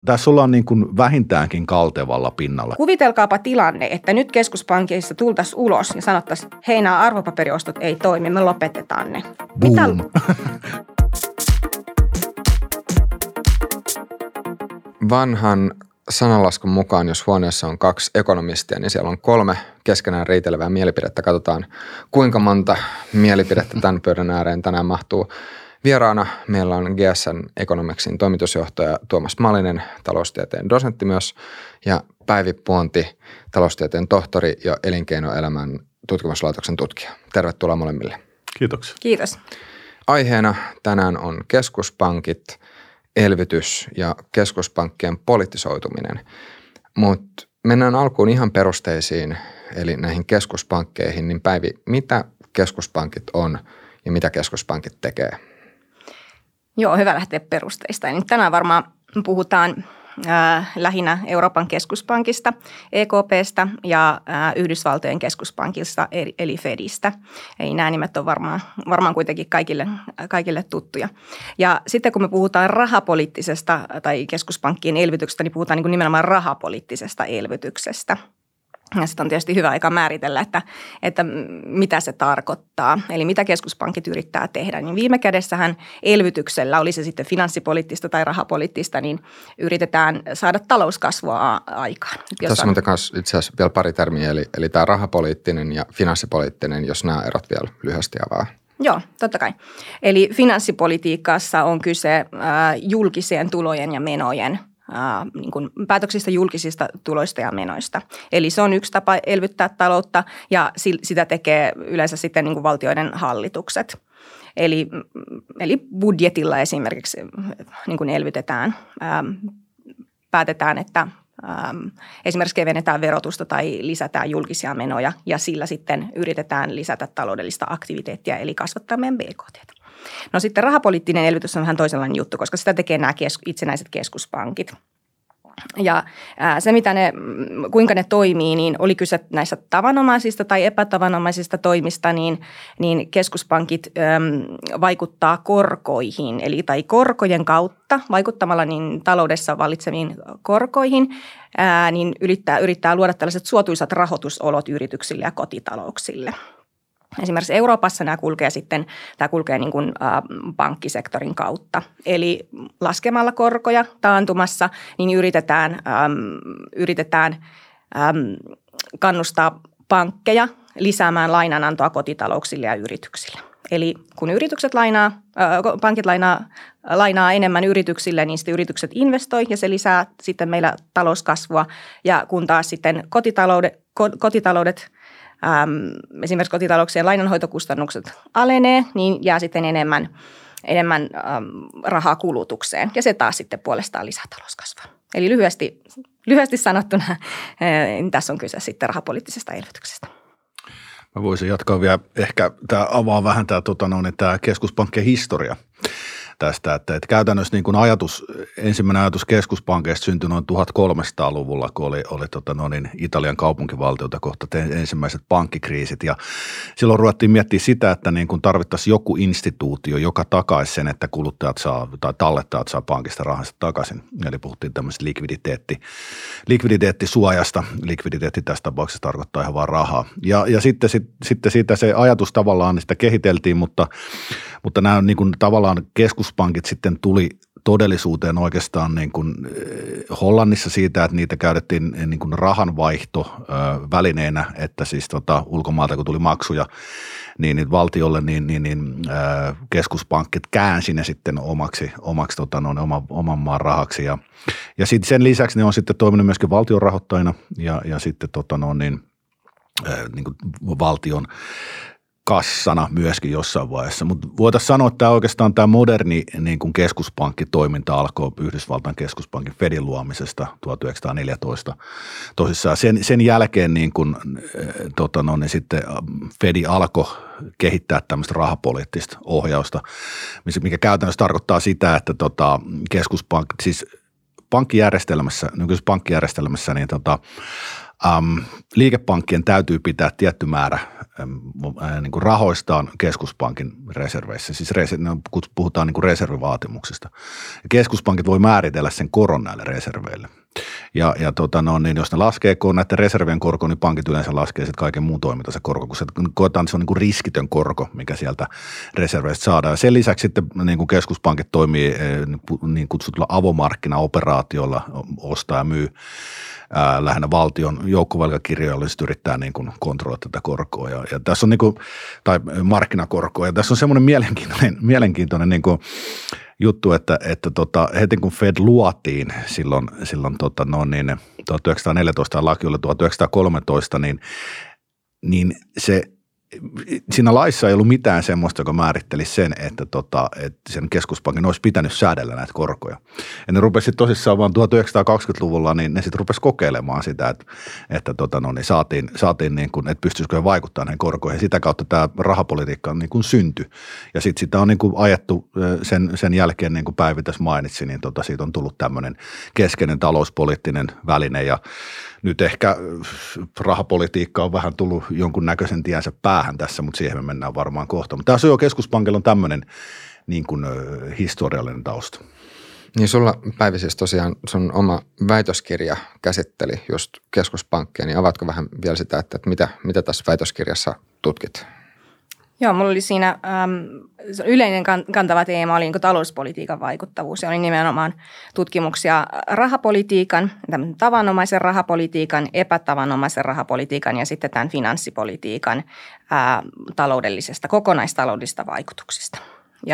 Tässä ollaan niin kuin vähintäänkin kaltevalla pinnalla. Kuvitelkaapa tilanne, että nyt keskuspankissa tultaisiin ulos ja sanottaisiin, että hei, nämä arvopaperiostot ei toimi, me lopetetaan ne. Boom. Vanhan sananlaskun mukaan, jos huoneessa on 2 ekonomistia, niin siellä on 3 keskenään riitelevää mielipidettä. Katsotaan, kuinka monta mielipidettä tämän pöydän ääreen tänään mahtuu. Vieraana meillä on GSN Economicsin toimitusjohtaja Tuomas Malinen, taloustieteen dosentti myös, ja Päivi Puonti, taloustieteen tohtori ja elinkeinoelämän tutkimuslaitoksen tutkija. Tervetuloa molemmille. Kiitoksia. Kiitos. Aiheena tänään on keskuspankit, elvytys ja keskuspankkien politisoituminen, mutta mennään alkuun ihan perusteisiin, eli näihin keskuspankkeihin. Niin Päivi, mitä keskuspankit on ja mitä keskuspankit tekee? Joo, hyvä lähteä perusteista. Eli tänään varmaan puhutaan lähinnä Euroopan keskuspankista, EKPstä ja Yhdysvaltojen keskuspankista eli Fedistä. Eli nämä nimet on varmaan kuitenkin kaikille tuttuja. Ja sitten kun me puhutaan rahapoliittisesta tai keskuspankkien elvytyksestä, niin puhutaan niin kuin nimenomaan rahapoliittisesta elvytyksestä. Ja sitten on tietysti hyvä aika määritellä, että mitä se tarkoittaa, eli mitä keskuspankit yrittää tehdä. Niin viime kädessähän elvytyksellä, oli se sitten finanssipoliittista tai rahapoliittista, niin yritetään saada talouskasvua aikaan. Tässä on itse asiassa vielä pari termiä, eli tämä rahapoliittinen ja finanssipoliittinen, jos nämä erot vielä lyhyesti avaa. Joo, totta kai. Eli finanssipolitiikassa on kyse julkisien tulojen ja menojen niin kuin päätöksistä julkisista tuloista ja menoista. Eli se on yksi tapa elvyttää taloutta ja sitä tekee yleensä sitten niin kuin valtioiden hallitukset. Eli budjetilla esimerkiksi niin kuin elvytetään, päätetään, että esimerkiksi kevennetään verotusta tai lisätään julkisia menoja ja sillä sitten yritetään lisätä taloudellista aktiviteettia eli kasvattaa meidän BKT. No sitten rahapoliittinen elvytys on vähän toisenlainen juttu, koska sitä tekee nämä itsenäiset keskuspankit. Ja se, kuinka ne toimii, niin oli kyse näissä tavanomaisista tai epätavanomaisista toimista, niin keskuspankit vaikuttaa korkoihin, eli tai korkojen kautta vaikuttamalla niin taloudessa vallitseviin korkoihin, niin yrittää luoda tällaiset suotuisat rahoitusolot yrityksille ja kotitalouksille. Esimerkiksi Euroopassa tämä kulkee niin kuin pankkisektorin kautta. Eli laskemalla korkoja taantumassa, niin yritetään kannustaa pankkeja lisäämään lainanantoa kotitalouksille ja yrityksille. Eli kun pankit lainaa enemmän yrityksille, niin sitten yritykset investoi ja se lisää sitten meillä talouskasvua. Ja kun taas sitten kotitaloudet esimerkiksi kotitalouksien lainanhoitokustannukset alenee, niin jää sitten enemmän rahaa kulutukseen ja se taas sitten puolestaan lisää talouskasvua. Eli lyhyesti sanottuna tässä on kyse sitten rahapoliittisesta elvytyksestä. Mä voisin jatkaa vielä, ehkä tämä avaa vähän tämä keskuspankkien historia tästä, että käytännössä niin kuin ensimmäinen ajatus keskuspankeista syntyi noin 1300-luvulla, kun oli Italian kaupunkivaltiota kohta ensimmäiset pankkikriisit ja silloin ruvettiin miettimään sitä, että niin kuin tarvittaisiin joku instituutio, joka takaisi sen, että kuluttajat tai tallettajat saa pankista rahansa takaisin. Eli puhuttiin tämmöisestä likviditeettisuojasta. Likviditeetti tässä tapauksessa tarkoittaa ihan vaan rahaa. Ja sitten siitä se ajatus tavallaan sitä kehiteltiin, mutta nämä niin kuin tavallaan keskuspankit sitten tuli todellisuuteen oikeastaan niin kuin Hollannissa siitä, että niitä käytettiin niin kuin rahanvaihto välineenä, että siis ulkomaalta kun tuli maksuja niin valtiolle, niin keskuspankit käänsi ne sitten omaksi oman maan rahaksi ja sitten sen lisäksi ne on sitten toiminut myöskin valtion rahoittajina ja sitten niin kuin valtion kassana myöskin jossain vaiheessa, mutta voitaisiin sanoa, että oikeastaan tämä moderni niin kuin keskuspankkitoiminta alkoi Yhdysvaltain keskuspankin Fedin luomisesta 1914. Tosissaan sen jälkeen niin kuin, niin sitten Fedi alkoi kehittää tämmöistä rahapoliittista ohjausta, mikä käytännössä tarkoittaa sitä, että keskuspankki, siis pankkijärjestelmässä, nykyisessä pankkijärjestelmässä, niin liikepankkien täytyy pitää tietty määrä niin kuin rahoistaan keskuspankin reserveissä. Siis puhutaan niin kuin reservivaatimuksista. Keskuspankit voi määritellä sen koron näille reserveille. Ja niin jos ne laskee näiden reservien korko, niin pankit yleensä laskee sitten kaiken muun toimintansa korko, kun se koetaan, että se on niin kuin riskitön korko, mikä sieltä reserveistä saadaan. Ja sen lisäksi sitten niin kuin keskuspankit toimii niin kutsutulla avomarkkinaoperaatiolla, ostaa ja myy lähinnä valtion joukkovelkakirjoilla yrittää niin kuin kontrolloida tätä korkoa ja tässä on niin kuin, tai markkinakorkoa ja tässä on semmoinen mielenkiintoinen niin kuin juttu, että heti kun Fed luotiin silloin 1914 laki oli 1913, niin se siinä laissa ei ollut mitään semmoista, joka määritteli sen, että sen keskuspankin olisi pitänyt säädellä näitä korkoja. Ja ne rupesi tosissaan vaan 1920-luvulla, niin ne sitten rupesi kokeilemaan sitä, että saatiin niin kuin, että pystyisikö vaikuttaa näihin korkoihin. Sitä kautta tämä rahapolitiikka on niin kuin syntyi. Ja sitten sitä on niin kuin ajettu sen jälkeen, niin kuin Päivi tässä mainitsi, niin siitä on tullut tämmöinen keskeinen talouspoliittinen väline ja nyt ehkä rahapolitiikka on vähän tullut jonkunnäköisen tiensä päähän tässä, mutta siihen me mennään varmaan kohta. Mutta tässä keskuspankilla on tämmöinen niin kuin historiallinen tausta. Niin sulla Päivi siis tosiaan sun oma väitöskirja käsitteli just keskuspankkia, niin avaatko vähän vielä sitä, että mitä tässä väitöskirjassa tutkit? Joo, mulla oli siinä yleinen kantava teema oli niin talouspolitiikan vaikuttavuus. Ja oli nimenomaan tutkimuksia rahapolitiikan, tavanomaisen rahapolitiikan, epätavanomaisen rahapolitiikan ja sitten tämän finanssipolitiikan taloudellisesta, kokonaistaloudellisesta vaikutuksista. Ja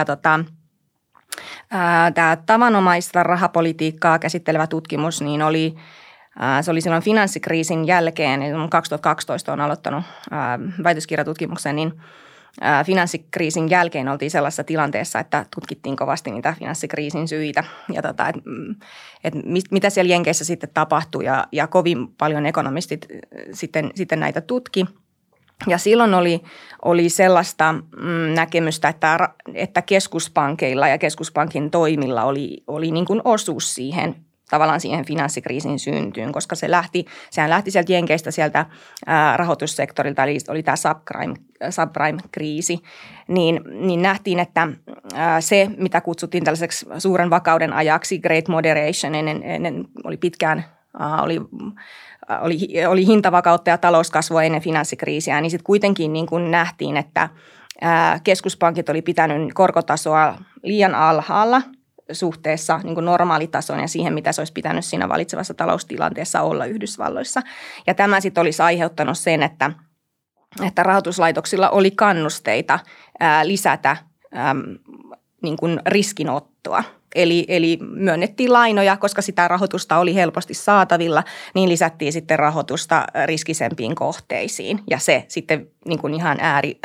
tämä tavanomaista rahapolitiikkaa käsittelevä tutkimus niin se oli silloin finanssikriisin jälkeen, eli 2012 on aloittanut väitöskirjatutkimuksen, niin finanssikriisin jälkeen oltiin sellaisessa tilanteessa, että tutkittiin kovasti niitä finanssikriisin syitä ja mitä siellä Jenkeissä sitten tapahtui ja kovin paljon ekonomistit sitten näitä tutki. Ja silloin oli sellaista näkemystä, että keskuspankeilla ja keskuspankin toimilla oli niin kuin osuus siihen tavallaan siihen finanssikriisin syntyyn, koska sehän lähti sieltä Jenkeistä sieltä rahoitussektorilta, eli oli tämä subprime-kriisi, niin nähtiin, että se, mitä kutsuttiin tällaiseksi suuren vakauden ajaksi, Great Moderation, ennen oli pitkään, oli hintavakautta ja talouskasvua ennen finanssikriisiä, niin sitten kuitenkin niin kuin nähtiin, että keskuspankit oli pitänyt korkotasoa liian alhaalla suhteessa niin kuin normaalitasoon ja siihen, mitä se olisi pitänyt siinä valitsevassa taloustilanteessa olla Yhdysvalloissa. Ja tämä sitten olisi aiheuttanut sen, että rahoituslaitoksilla oli kannusteita lisätä niin kuin riskinottoa. Eli myönnettiin lainoja, koska sitä rahoitusta oli helposti saatavilla, niin lisättiin sitten rahoitusta riskisempiin kohteisiin. Ja se sitten niin kuin ihan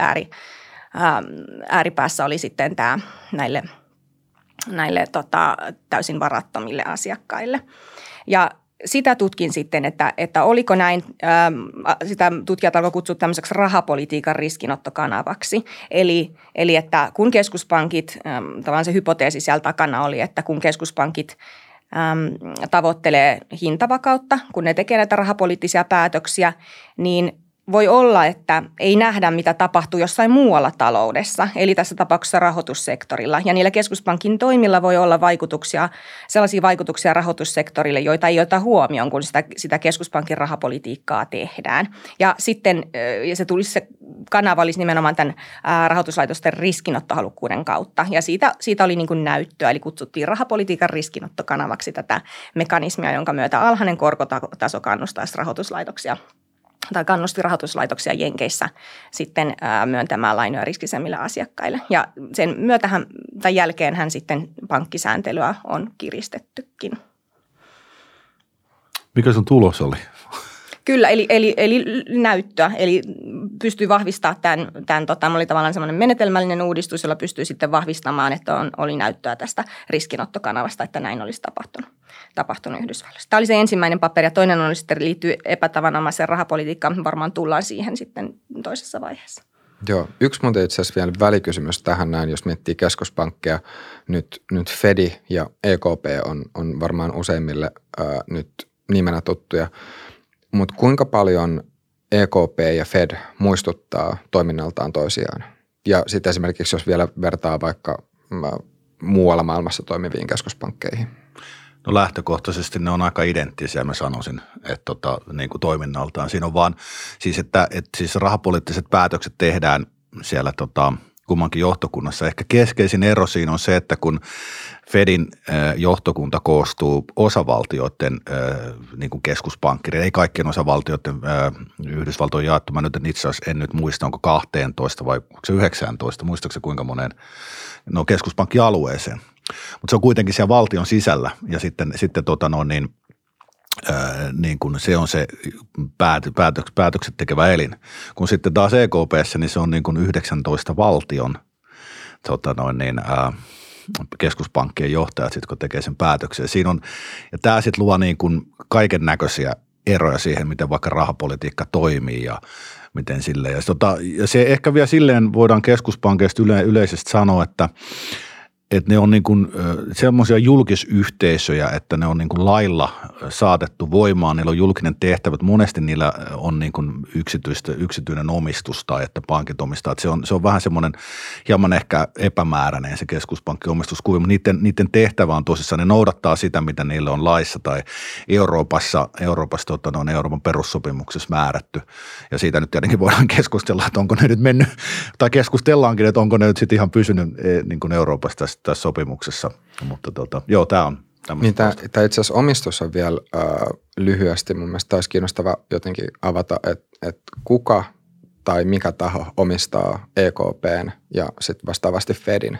ääripäässä oli sitten tämä näille täysin varattomille asiakkaille. Ja sitä tutkin sitten, että oliko näin, sitä tutkijat alkoi kutsua tämmöiseksi rahapolitiikan riskinottokanavaksi. Eli että kun keskuspankit, tavallaan se hypoteesi siellä takana oli, että kun keskuspankit tavoittelee hintavakautta, kun ne tekee näitä rahapoliittisia päätöksiä, niin voi olla, että ei nähdä, mitä tapahtuu jossain muualla taloudessa, eli tässä tapauksessa rahoitussektorilla. Ja niillä keskuspankin toimilla voi olla sellaisia vaikutuksia rahoitussektorille, joita ei ota huomioon, kun sitä keskuspankin rahapolitiikkaa tehdään. Ja sitten se kanava olisi nimenomaan tämän rahoituslaitosten riskinottohalukkuuden kautta. Ja siitä oli niin kuin näyttöä, eli kutsuttiin rahapolitiikan riskinottokanavaksi tätä mekanismia, jonka myötä alhainen korkotaso kannustaisi rahoituslaitoksia tai kannusti rahoituslaitoksia Jenkeissä sitten myöntämään lainoja riskisemmille asiakkaille. Ja sen jälkeenhän sitten pankkisääntelyä on kiristettykin. Mikä sun tulos oli? Kyllä, eli näyttöä, eli pystyy vahvistamaan tämän oli tavallaan semmoinen menetelmällinen uudistus, jolla pystyy sitten vahvistamaan, että oli näyttöä tästä riskinottokanavasta, että näin olisi tapahtunut Yhdysvalloissa. Tämä oli se ensimmäinen paperi ja toinen oli sitten liittyy epätavanomaiseen rahapolitiikkaan, varmaan tullaan siihen sitten toisessa vaiheessa. Joo, yksi muuten itse asiassa vielä välikysymys tähän näin, jos miettii keskuspankkeja, nyt Fedi ja EKP on varmaan useimmille nyt nimenä tuttuja. Mutta kuinka paljon EKP ja Fed muistuttaa toiminnaltaan toisiaan? Ja sitten esimerkiksi, jos vielä vertaa vaikka muualla maailmassa toimiviin keskuspankkeihin. No lähtökohtaisesti ne on aika identtisiä, mä sanoisin, että niin kuin toiminnaltaan. Siinä on vaan siis, että siis rahapoliittiset päätökset tehdään siellä kummankin johtokunnassa. Ehkä keskeisin ero siinä on se, että kun Fedin johtokunta koostuu osavaltioiden niin kuin keskuspankkireita, ei kaikkien osavaltioiden Yhdysvaltojen jaettu. Mä nyt itse asiassa en nyt muista, onko 12 vai onko se 19, muistaako se kuinka moneen keskuspankkialueeseen. Mutta se on kuitenkin siellä valtion sisällä ja sitten niin kuin se on se päätökset tekevä elin. Kun sitten taas EKP:ssä, niin se on niin kuin 19 valtion keskuspankkien johtajat sitten, kun tekee sen päätöksen. Siinä on, ja tämä sitten luo niin kuin kaiken näköisiä eroja siihen, miten vaikka rahapolitiikka toimii ja miten silleen. Ja se ehkä vielä silleen voidaan keskuspankeista yleisesti sanoa, että ne on niin kuin semmoisia julkisyhteisöjä, että ne on niin kuin lailla saatettu voimaan, niillä on julkinen tehtävä, monesti niillä on niin kuin yksityinen omistus tai että pankit omistaa, että se on vähän semmoinen hieman ehkä epämääräinen se keskuspankkiomistuskuva, mutta niiden tehtävä on tosissaan, ne noudattaa sitä, mitä niille on laissa tai Euroopassa Euroopan perussopimuksessa määrätty ja siitä nyt tietenkin voidaan keskustella, että onko ne nyt mennyt, tai keskustellaankin, että onko ne nyt sitten ihan pysynyt niin kuin Euroopassa tässä sopimuksessa, mutta joo, tämä on tämmöistä. Niin tämä itse asiassa omistus on vielä lyhyesti, mun mielestä olisi kiinnostava jotenkin avata, että kuka tai mikä taho omistaa EKPn ja sitten vastaavasti Fedin.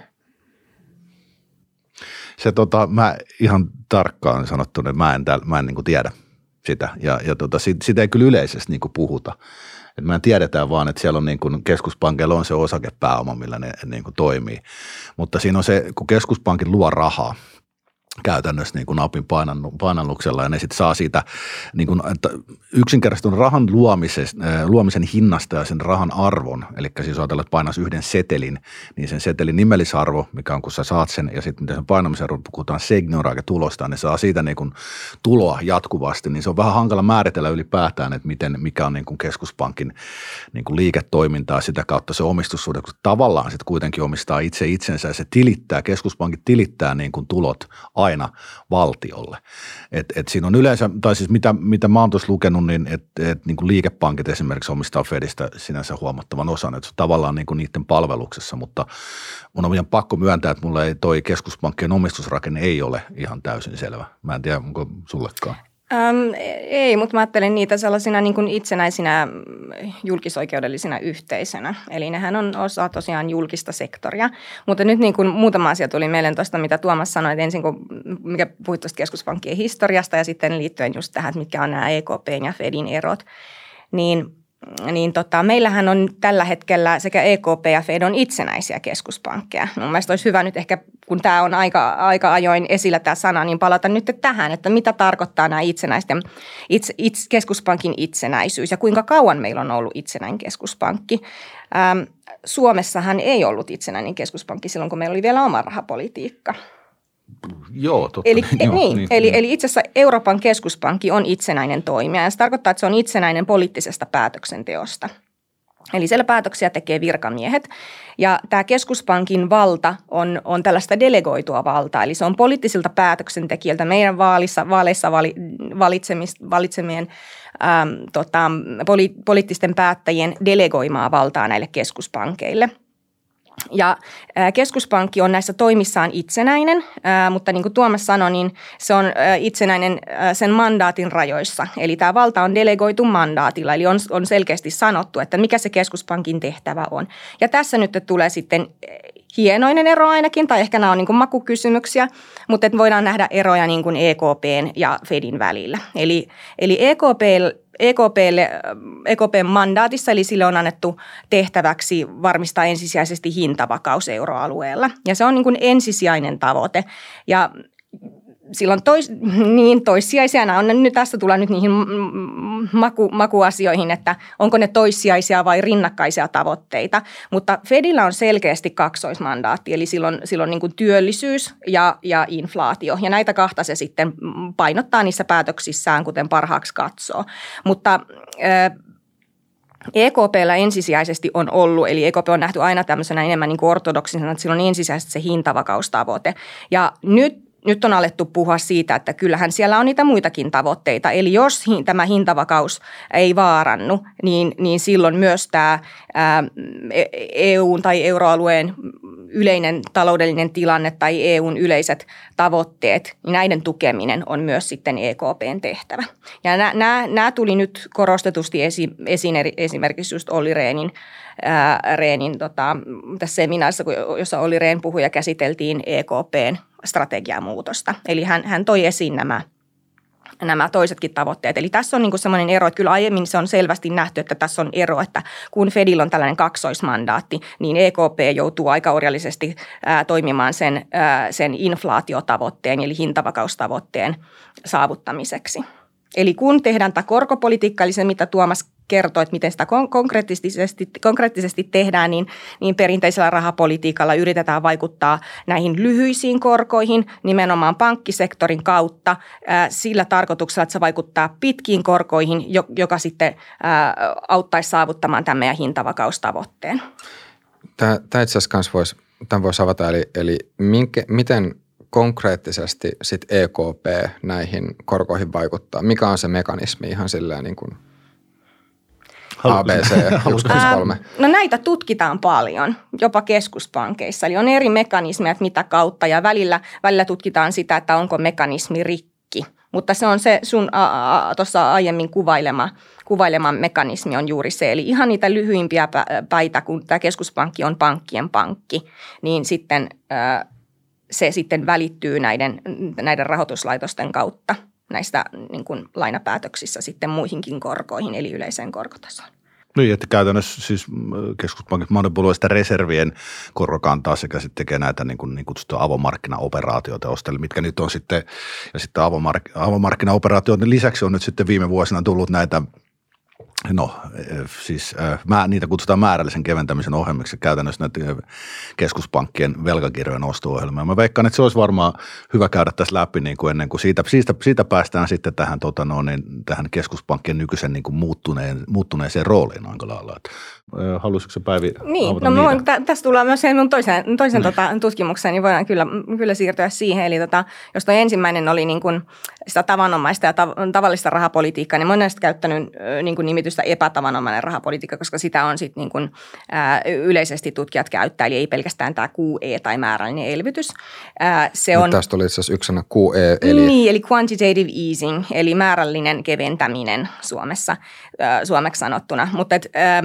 Se mä ihan tarkkaan sanottuna, mä en niin kuin tiedä sitä ja sitä ei kyllä yleisesti niin kuin puhuta. Et me tiedetään vaan, että siellä on niin kuin keskuspankilla on se osakepääoma, millä ne niin kuin toimii. Mutta siinä on se, kun keskuspankin luo rahaa käytännössä niin kuin napin painalluksella ja ne sitten saa siitä niin kuin, että yksinkertaisesti rahan luomisen hinnasta ja sen rahan arvon, eli siis ajatellaan, että painaisi yhden setelin, niin sen setelin nimellisarvo, mikä on kun sä saat sen ja sitten miten sen painamisen arvo, puhutaan segnoraake tulosta, niin saa siitä niin kuin tuloa jatkuvasti, niin se on vähän hankala määritellä ylipäätään, että mikä on niin kuin keskuspankin niin kuin liiketoimintaa, sitä kautta se omistussuhde, kun tavallaan sitten kuitenkin omistaa itse itsensä ja se keskuspankit tilittää niin kuin tulot aina valtiolle. Et siinä on yleensä, tai siis mitä mä oon tuossa lukenut, niin että niin kuin liikepankit esimerkiksi omistaa Fedistä sinänsä huomattavan osan, että se on tavallaan niin kuin niiden palveluksessa, mutta mun on ihan pakko myöntää, että mulle ei toi keskuspankkien omistusrakenne ei ole ihan täysin selvä. Mä en tiedä, onko sullekaan. Ei, mutta mä ajattelen niitä sellaisina niin kuin itsenäisinä julkisoikeudellisina yhteisönä. Eli nehän on osa tosiaan julkista sektoria. Mutta nyt niin kuin muutama asia tuli mieleen tuosta, mitä Tuomas sanoi, että ensin mikä puhuit tuosta keskuspankkien historiasta ja sitten liittyen just tähän, että mitkä on nämä EKPn ja Fedin erot, niin meillähän on tällä hetkellä sekä EKP ja Fed on itsenäisiä keskuspankkeja. Mun mielestä olisi hyvä nyt ehkä, kun tämä on aika ajoin esillä tämä sana, niin palata nyt tähän, että mitä tarkoittaa nämä itsenäisten keskuspankin itsenäisyys ja kuinka kauan meillä on ollut itsenäinen keskuspankki. Suomessahan ei ollut itsenäinen keskuspankki silloin, kun meillä oli vielä oma rahapolitiikka. Joo, totta. Eli itse asiassa Euroopan keskuspankki on itsenäinen toimija ja se tarkoittaa, että se on itsenäinen poliittisesta päätöksenteosta. Eli siellä päätöksiä tekee virkamiehet ja tämä keskuspankin valta on tällaista delegoitua valtaa. Eli se on poliittisilta päätöksentekijöiltä meidän vaaleissa valitsemien poliittisten päättäjien delegoimaa valtaa näille keskuspankeille. Ja keskuspankki on näissä toimissaan itsenäinen, mutta niin kuin Tuomas sanoi, niin se on itsenäinen sen mandaatin rajoissa. Eli tämä valta on delegoitu mandaatilla, eli on selkeästi sanottu, että mikä se keskuspankin tehtävä on. Ja tässä nyt tulee sitten hienoinen ero ainakin, tai ehkä nämä on niin kuin makukysymyksiä, mutta voidaan nähdä eroja niin kuin EKPn ja Fedin välillä. Eli EKPn mandaatissa, eli sille on annettu tehtäväksi varmistaa ensisijaisesti hintavakaus euroalueella. Ja se on niin kuin ensisijainen tavoite. Ja silloin toissijaisia. Tästä tulee nyt niihin makuasioihin, että onko ne toissijaisia vai rinnakkaisia tavoitteita. Mutta Fedillä on selkeästi kaksoismandaatti, eli silloin niin kuin työllisyys ja inflaatio. Ja näitä kahta se sitten painottaa niissä päätöksissään, kuten parhaaksi katsoo. Mutta EKP:llä ensisijaisesti on ollut, eli EKP on nähty aina tämmöisenä enemmän niin kuin ortodoksisena, että sillä on ensisijaisesti se hintavakaustavoite. Ja nyt on alettu puhua siitä, että kyllähän siellä on niitä muitakin tavoitteita. Eli jos tämä hintavakaus ei vaarannu, niin silloin myös tämä EUn tai euroalueen yleinen taloudellinen tilanne tai EUn yleiset tavoitteet, niin näiden tukeminen on myös sitten EKP:n tehtävä. Ja nämä tuli nyt korostetusti esiin esimerkiksi just Olli Rehnin tässä seminaarissa, jossa Olli Rehn puhui ja käsiteltiin EKP:n strategiamuutosta. Eli hän toi esiin nämä toisetkin tavoitteet. Eli tässä on niin kuin sellainen ero, että kyllä aiemmin se on selvästi nähty, että tässä on ero, että kun Fedillä on tällainen kaksoismandaatti, niin EKP joutuu aika orjallisesti toimimaan sen inflaatiotavoitteen eli hintavakaustavoitteen saavuttamiseksi. Eli kun tehdään tämä korkopolitiikka, eli se mitä Tuomas kertoo, että miten sitä konkreettisesti tehdään, niin perinteisellä rahapolitiikalla yritetään vaikuttaa näihin lyhyisiin korkoihin nimenomaan pankkisektorin kautta sillä tarkoituksella, että se vaikuttaa pitkiin korkoihin, joka sitten auttaisi saavuttamaan tämän meidän hintavakaustavoitteen. Tämä itse asiassa tämän voisi avata, eli miten konkreettisesti sit EKP näihin korkoihin vaikuttaa? Mikä on se mekanismi ihan silleen niin kuin ABC 123? No näitä tutkitaan paljon, jopa keskuspankeissa. Eli on eri mekanismeja, että mitä kautta ja välillä tutkitaan sitä, että onko mekanismi rikki. Mutta se on se sun tuossa aiemmin kuvailema mekanismi on juuri se. Eli ihan niitä lyhyimpiä päitä, kun tämä keskuspankki on pankkien pankki, niin sitten se sitten välittyy näiden rahoituslaitosten kautta näistä niin kuin lainapäätöksissä sitten muihinkin korkoihin, eli yleiseen korkotasoon. Niin, että käytännössä siis keskuspankit manipuloivat sitä reservien korkokantaa sekä sitten tekee näitä niin kutsuttuja avomarkkinaoperaatioita ostelle, mitkä nyt on sitten, ja sitten avomarkkinaoperaatioiden lisäksi on nyt sitten viime vuosina tullut näitä, niitä kutsutaan määrällisen keventämisen ohjelmiksi, käytännössä näitä keskuspankkien velkakirjojen osto-ohjelmia. Mä veikkaan, että se olisi varmaan hyvä käydä tässä läpi niin kuin ennen kuin siitä päästään sitten tähän, tähän keskuspankkien nykyisen niin kuin muuttuneeseen rooliin aika lailla. Haluaisitko se Päivi? Niin, tässä tullaan myös mun toisen tutkimukseen, niin voidaan kyllä siirtyä siihen. Eli jos toi ensimmäinen oli niin kuin sitä tavanomaista ja tavallista rahapolitiikkaa, niin mä oon näistä käyttänyt niin kuin nimitystä epätavanomainen rahapolitiikka, koska sitä on sitten niin kuin yleisesti tutkijat käyttää, eli ei pelkästään tämä QE tai määrällinen elvytys. Tästä oli itse asiassa yksi sana QE, eli quantitative easing, eli määrällinen keventäminen suomeksi sanottuna. Mutta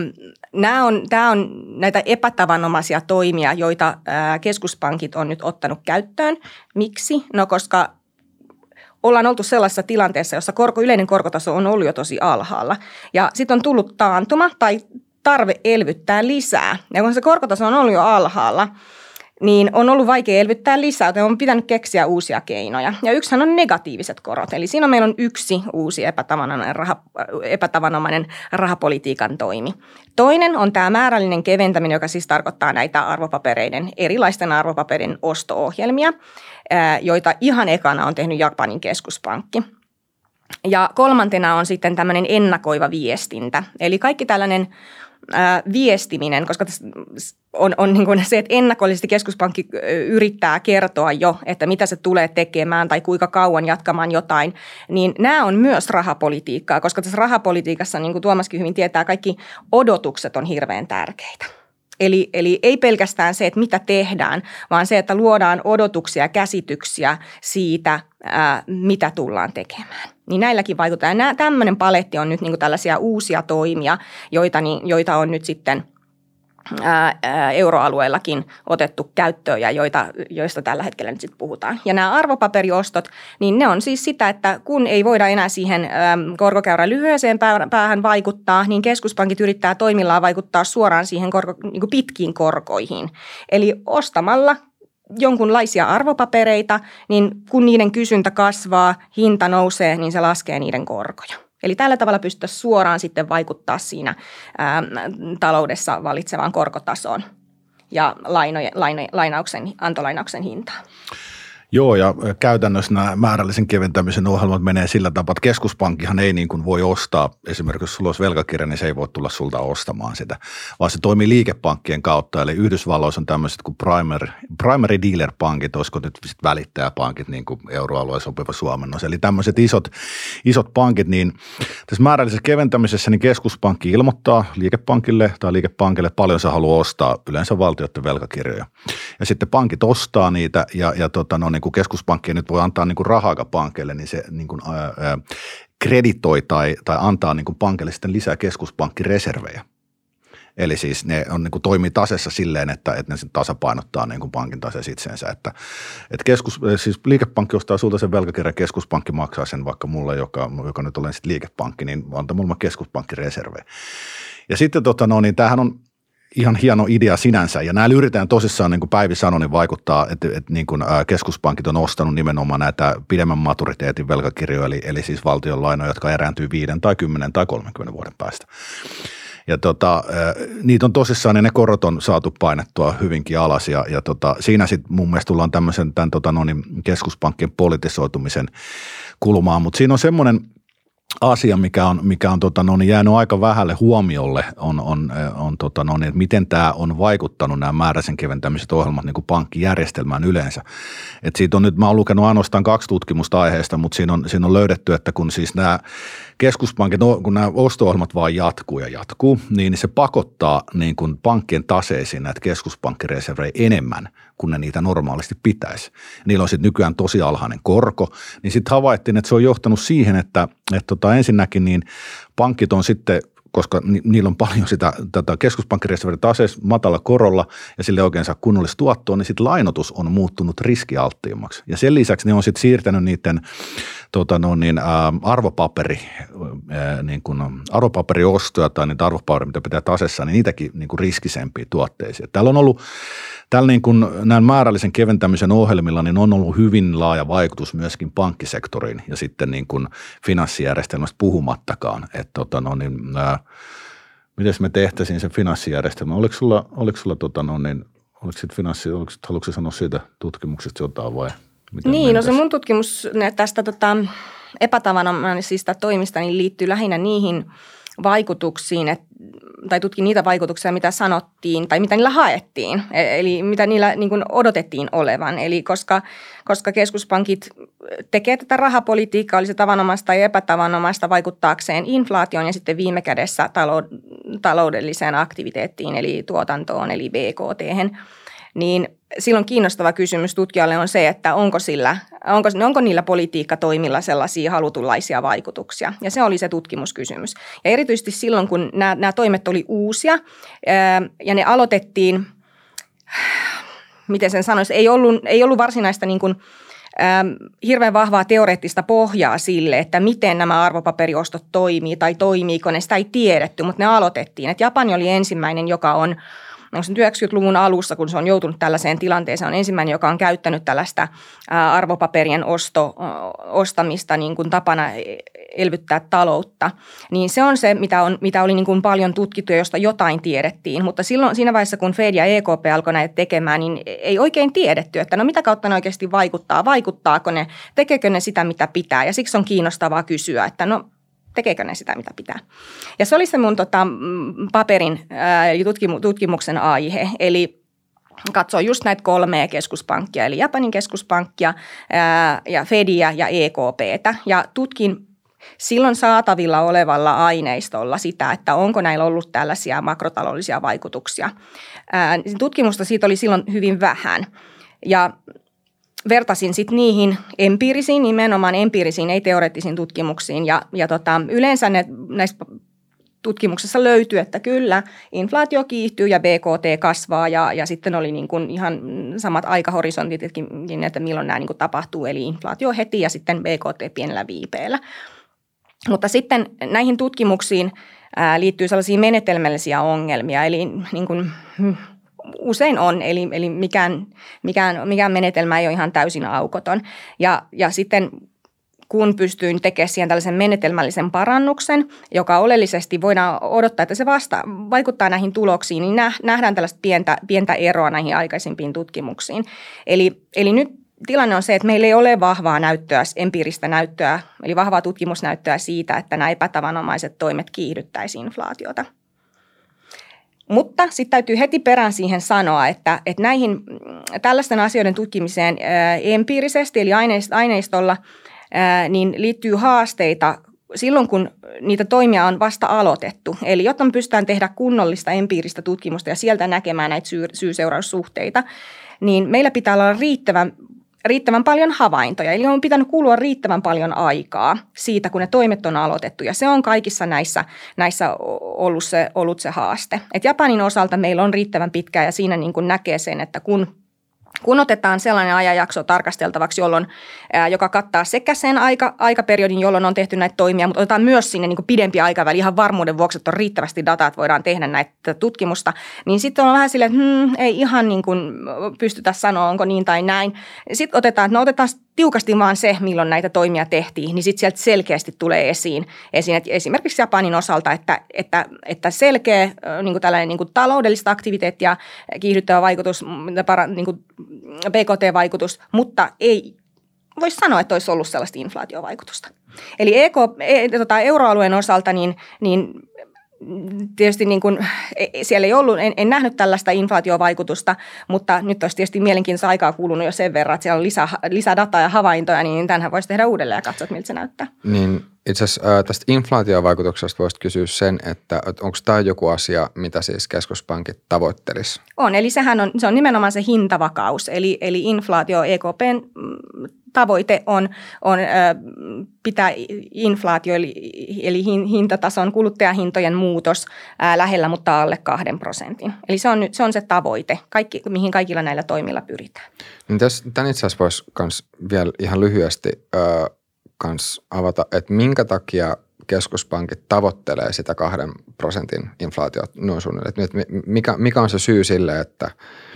tämä on näitä epätavanomaisia toimia, joita keskuspankit on nyt ottanut käyttöön. Miksi? No koska ollaan oltu sellaisessa tilanteessa, jossa yleinen korkotaso on ollut jo tosi alhaalla. Ja sitten on tullut taantuma tai tarve elvyttää lisää. Ja kun se korkotaso on ollut jo alhaalla, niin on ollut vaikea elvyttää lisää, joten on pitänyt keksiä uusia keinoja. Ja yksihän on negatiiviset korot. Eli siinä meillä on yksi uusi epätavanomainen rahapolitiikan toimi. Toinen on tämä määrällinen keventäminen, joka siis tarkoittaa näitä erilaisten arvopaperin osto-ohjelmia, joita ihan ekana on tehnyt Japanin keskuspankki. Ja kolmantena on sitten tämmöinen ennakoiva viestintä. Eli kaikki tällainen viestiminen, koska on niin kuin se, että ennakollisesti keskuspankki yrittää kertoa jo, että mitä se tulee tekemään tai kuinka kauan jatkamaan jotain, niin nämä on myös rahapolitiikkaa, koska tässä rahapolitiikassa, niin kuin Tuomaskin hyvin tietää, kaikki odotukset on hirveän tärkeitä. Eli ei pelkästään se, että mitä tehdään, vaan se, että luodaan odotuksia ja käsityksiä siitä, mitä tullaan tekemään. Niin näilläkin vaikuttaa. Ja tämmöinen paletti on nyt niin kuin tällaisia uusia toimia, joita on nyt sitten euroalueellakin otettu käyttöön ja joista tällä hetkellä nyt sitten puhutaan. Ja nämä arvopaperiostot, niin ne on siis sitä, että kun ei voida enää siihen korkokäyrän lyhyeseen päähän vaikuttaa, niin keskuspankit yrittää toimillaan vaikuttaa suoraan siihen niin kuin pitkiin korkoihin. Eli ostamalla jonkunlaisia arvopapereita, niin kun niiden kysyntä kasvaa, hinta nousee, niin se laskee niiden korkoja. Eli tällä tavalla pystyttäisiin suoraan sitten vaikuttaa siinä taloudessa vallitsevaan korkotasoon ja antolainauksen hintaan. Joo, ja käytännössä nämä määrällisen keventämisen ohjelmat menee sillä tapaa, että keskuspankkihan ei niin kuin voi ostaa, esimerkiksi jos sulla olisi velkakirja, niin se ei voi tulla sulta ostamaan sitä, vaan se toimii liikepankkien kautta, eli Yhdysvalloissa on tämmöiset kuin primary dealer pankit, olisiko nyt välittäjäpankit, niin kuin euroalueen sopiva suomennos, eli tämmöiset isot pankit, niin tässä määrällisessä keventämisessä niin keskuspankki ilmoittaa liikepankille paljon se haluaa ostaa, yleensä valtioiden velkakirjoja, ja sitten pankit ostaa niitä, ja niin kuin keskuspankki nyt voi antaa niin kuin rahaakaan pankeille, niin se niin kuin, kreditoi tai antaa niin kuin pankille sitten lisää keskuspankkireservejä. Eli siis ne on, niin kuin, toimii tasessa silleen, että ne tasapainottaa niin kuin pankin taseessa itsensä. Että siis liikepankki ostaa sulta sen velkakirjan, keskuspankki maksaa sen vaikka mulle, joka nyt olen sitten liikepankki, niin antaa mulle keskuspankkireservejä. Ja sitten niin tämähän on ihan hieno idea sinänsä, ja näillä yritetään tosissaan, niin kuin Päivi sanoi, niin vaikuttaa, että niin kuin keskuspankit on ostanut nimenomaan näitä pidemmän maturiteetin velkakirjoja, eli siis valtion lainoja, jotka erääntyy 5 tai 10 tai 30 vuoden päästä. Ja niitä on tosissaan, ja ne korot on saatu painettua hyvinkin alas, ja siinä sitten mun mielestä tullaan tämän keskuspankkien politisoitumisen kulmaan, mutta siinä on semmoinen asia, mikä on jäänyt aika vähälle huomiolle, että miten tämä on vaikuttanut nämä määräisen keventämiset ohjelmat niin kuin pankkijärjestelmään yleensä. Et siitä on nyt, mä oon lukenut ainoastaan 2 tutkimusta aiheesta, mutta siinä on löydetty, että kun siis nämä keskuspankit, kun nämä osto-ohjelmat vaan jatkuu, niin se pakottaa niin kuin pankkien taseisiin näitä keskuspankkireservejä enemmän kun ne niitä normaalisti pitäisi. Niillä on sitten nykyään tosi alhainen korko, niin sitten havaittiin, että se on johtanut siihen, että ensinnäkin niin pankit on sitten, koska niillä on paljon tätä keskuspankkireserviä taseessa matala korolla ja sille oikein saa kunnollista tuottoa, niin sitten lainotus on muuttunut riskialttiimmaksi. Ja sen lisäksi ne on sitten siirtänyt niiden arvopaperiostoja tai niitä arvopapereja, mitä pitää tasessa, niin niitäkin niin kuin riskisempiä tuotteisiin. Täällä on ollut niin kuin näin määrällisen keventämisen ohjelmilla, niin on ollut hyvin laaja vaikutus myöskin pankkisektoriin ja sitten niin kuin finanssijärjestelmästä puhumattakaan. Että miten me tehtäisiin sen finanssijärjestelmä? Oliko sulla haluatko sanoa siitä tutkimuksesta jotain vai? Niin, no se mun tutkimus tästä epätavanomaisista toimista niin liittyy lähinnä niihin vaikutuksiin, tai tutkin niitä vaikutuksia, mitä sanottiin tai mitä niillä haettiin, eli mitä niillä niin kuin odotettiin olevan. Eli koska keskuspankit tekee tätä rahapolitiikkaa, oli se tavanomaista tai epätavanomaista vaikuttaakseen inflaatioon ja sitten viime kädessä taloudelliseen aktiviteettiin, eli tuotantoon, eli BKT:hen, niin silloin kiinnostava kysymys tutkijalle on se, että onko niillä politiikkatoimilla sellaisia halutunlaisia vaikutuksia. Ja se oli se tutkimuskysymys. Ja erityisesti silloin, kun nämä toimet oli uusia ja ne aloitettiin, miten sen sanoisi, ei ollut varsinaista niin kuin, hirveän vahvaa teoreettista pohjaa sille, että miten nämä arvopaperiostot toimii tai toimiiko ne, sitä ei tiedetty, mutta ne aloitettiin. Et Japani oli ensimmäinen, joka on 90-luvun alussa, kun se on joutunut tällaiseen tilanteeseen, on ensimmäinen, joka on käyttänyt tällaista arvopaperien ostamista niin kuin tapana elvyttää taloutta. Niin se on se, mitä oli niin kuin paljon tutkittu ja josta jotain tiedettiin. Mutta silloin siinä vaiheessa, kun Fed ja EKP alkoi näitä tekemään, niin ei oikein tiedetty, että no mitä kautta ne oikeasti vaikuttaa. Vaikuttaako ne, tekeekö ne sitä, mitä pitää. Ja siksi on kiinnostavaa kysyä, että no tekeekö ne sitä, mitä pitää. Ja se oli se mun paperin tutkimuksen aihe, eli katsoo just näitä 3 keskuspankkia, eli Japanin keskuspankkia ja Fedia ja EKPtä, ja tutkin silloin saatavilla olevalla aineistolla sitä, että onko näillä ollut tällaisia makrotaloudellisia vaikutuksia. Tutkimusta siitä oli silloin hyvin vähän, ja vertasin sitten niihin nimenomaan empiirisiin, ei teoreettisiin tutkimuksiin. Ja yleensä näissä tutkimuksessa löytyy, että kyllä inflaatio kiihtyy ja BKT kasvaa ja sitten oli niin kuin ihan samat aikahorisontit, että milloin nämä niin kuin tapahtuu. Eli inflaatio heti ja sitten BKT pienellä viipeellä. Mutta sitten näihin tutkimuksiin liittyy sellaisia menetelmällisiä ongelmia, eli niin kuin usein on, eli mikään menetelmä ei ole ihan täysin aukoton. Ja sitten kun pystyin tekemään siihen tällaisen menetelmällisen parannuksen, joka oleellisesti voidaan odottaa, että se vaikuttaa näihin tuloksiin, niin nähdään tällaista pientä eroa näihin aikaisempiin tutkimuksiin. Eli nyt tilanne on se, että meillä ei ole vahvaa näyttöä, empiiristä näyttöä, eli vahvaa tutkimusnäyttöä siitä, että nämä epätavanomaiset toimet kiihdyttäisi inflaatiota. Mutta sitten täytyy heti perään siihen sanoa, että näihin tällaisten asioiden tutkimiseen empiirisesti, eli aineistolla, niin liittyy haasteita silloin, kun niitä toimia on vasta aloitettu. Eli jotta me pystytään tehdä kunnollista empiiristä tutkimusta ja sieltä näkemään näitä syy-seuraussuhteita, niin meillä pitää olla riittävän paljon havaintoja. Eli on pitänyt kulua riittävän paljon aikaa siitä, kun ne toimet on aloitettu. Ja se on kaikissa näissä ollut se haaste. Et Japanin osalta meillä on riittävän pitkään ja siinä niin kuin näkee sen, että kun otetaan sellainen ajanjakso tarkasteltavaksi, joka kattaa sekä sen aikaperiodin, jolloin on tehty näitä toimia, mutta otetaan myös sinne niin kuin pidempi aikaväli ihan varmuuden vuoksi, että on riittävästi dataa, että voidaan tehdä näitä tutkimusta, niin sitten on vähän silleen, että ei ihan niin kuin pystytä sanoa, onko niin tai näin. Sitten otetaan tiukasti vaan se, milloin näitä toimia tehtiin, niin sitten sieltä selkeästi tulee esiin että esimerkiksi Japanin osalta, että selkeä niin kuin tällainen niin kuin taloudellista aktiviteettia kiihdyttävä vaikutus, niin kuin BKT-vaikutus, mutta ei voisi sanoa, että olisi ollut sellaista inflaatiovaikutusta. Eli euroalueen osalta, niin tietysti niin kuin, siellä ei ollut, en nähnyt tällaista inflaatiovaikutusta, mutta nyt olisi tietysti mielenkiintoista aikaa kulunut jo sen verran, että siellä on lisää dataa ja havaintoja, niin tämänhän voisi tehdä uudelleen ja katsoa, miltä se näyttää. Niin itse asiassa tästä inflaatiovaikutuksesta voisit kysyä sen, että onko tämä joku asia, mitä siis keskuspankit tavoittelisi? On, eli se on nimenomaan se hintavakaus, eli inflaatio EKPn tavoite on pitää inflaatio eli hintatason kuluttajahintojen muutos lähellä, mutta alle 2%. Eli se on se tavoite, mihin kaikilla näillä toimilla pyritään. Niin tämän itse asiassa voisi myös vielä ihan lyhyesti kans avata, että minkä takia keskuspankit tavoittelee sitä 2% inflaatiota noin suunnilleen. Mikä on se syy sille, että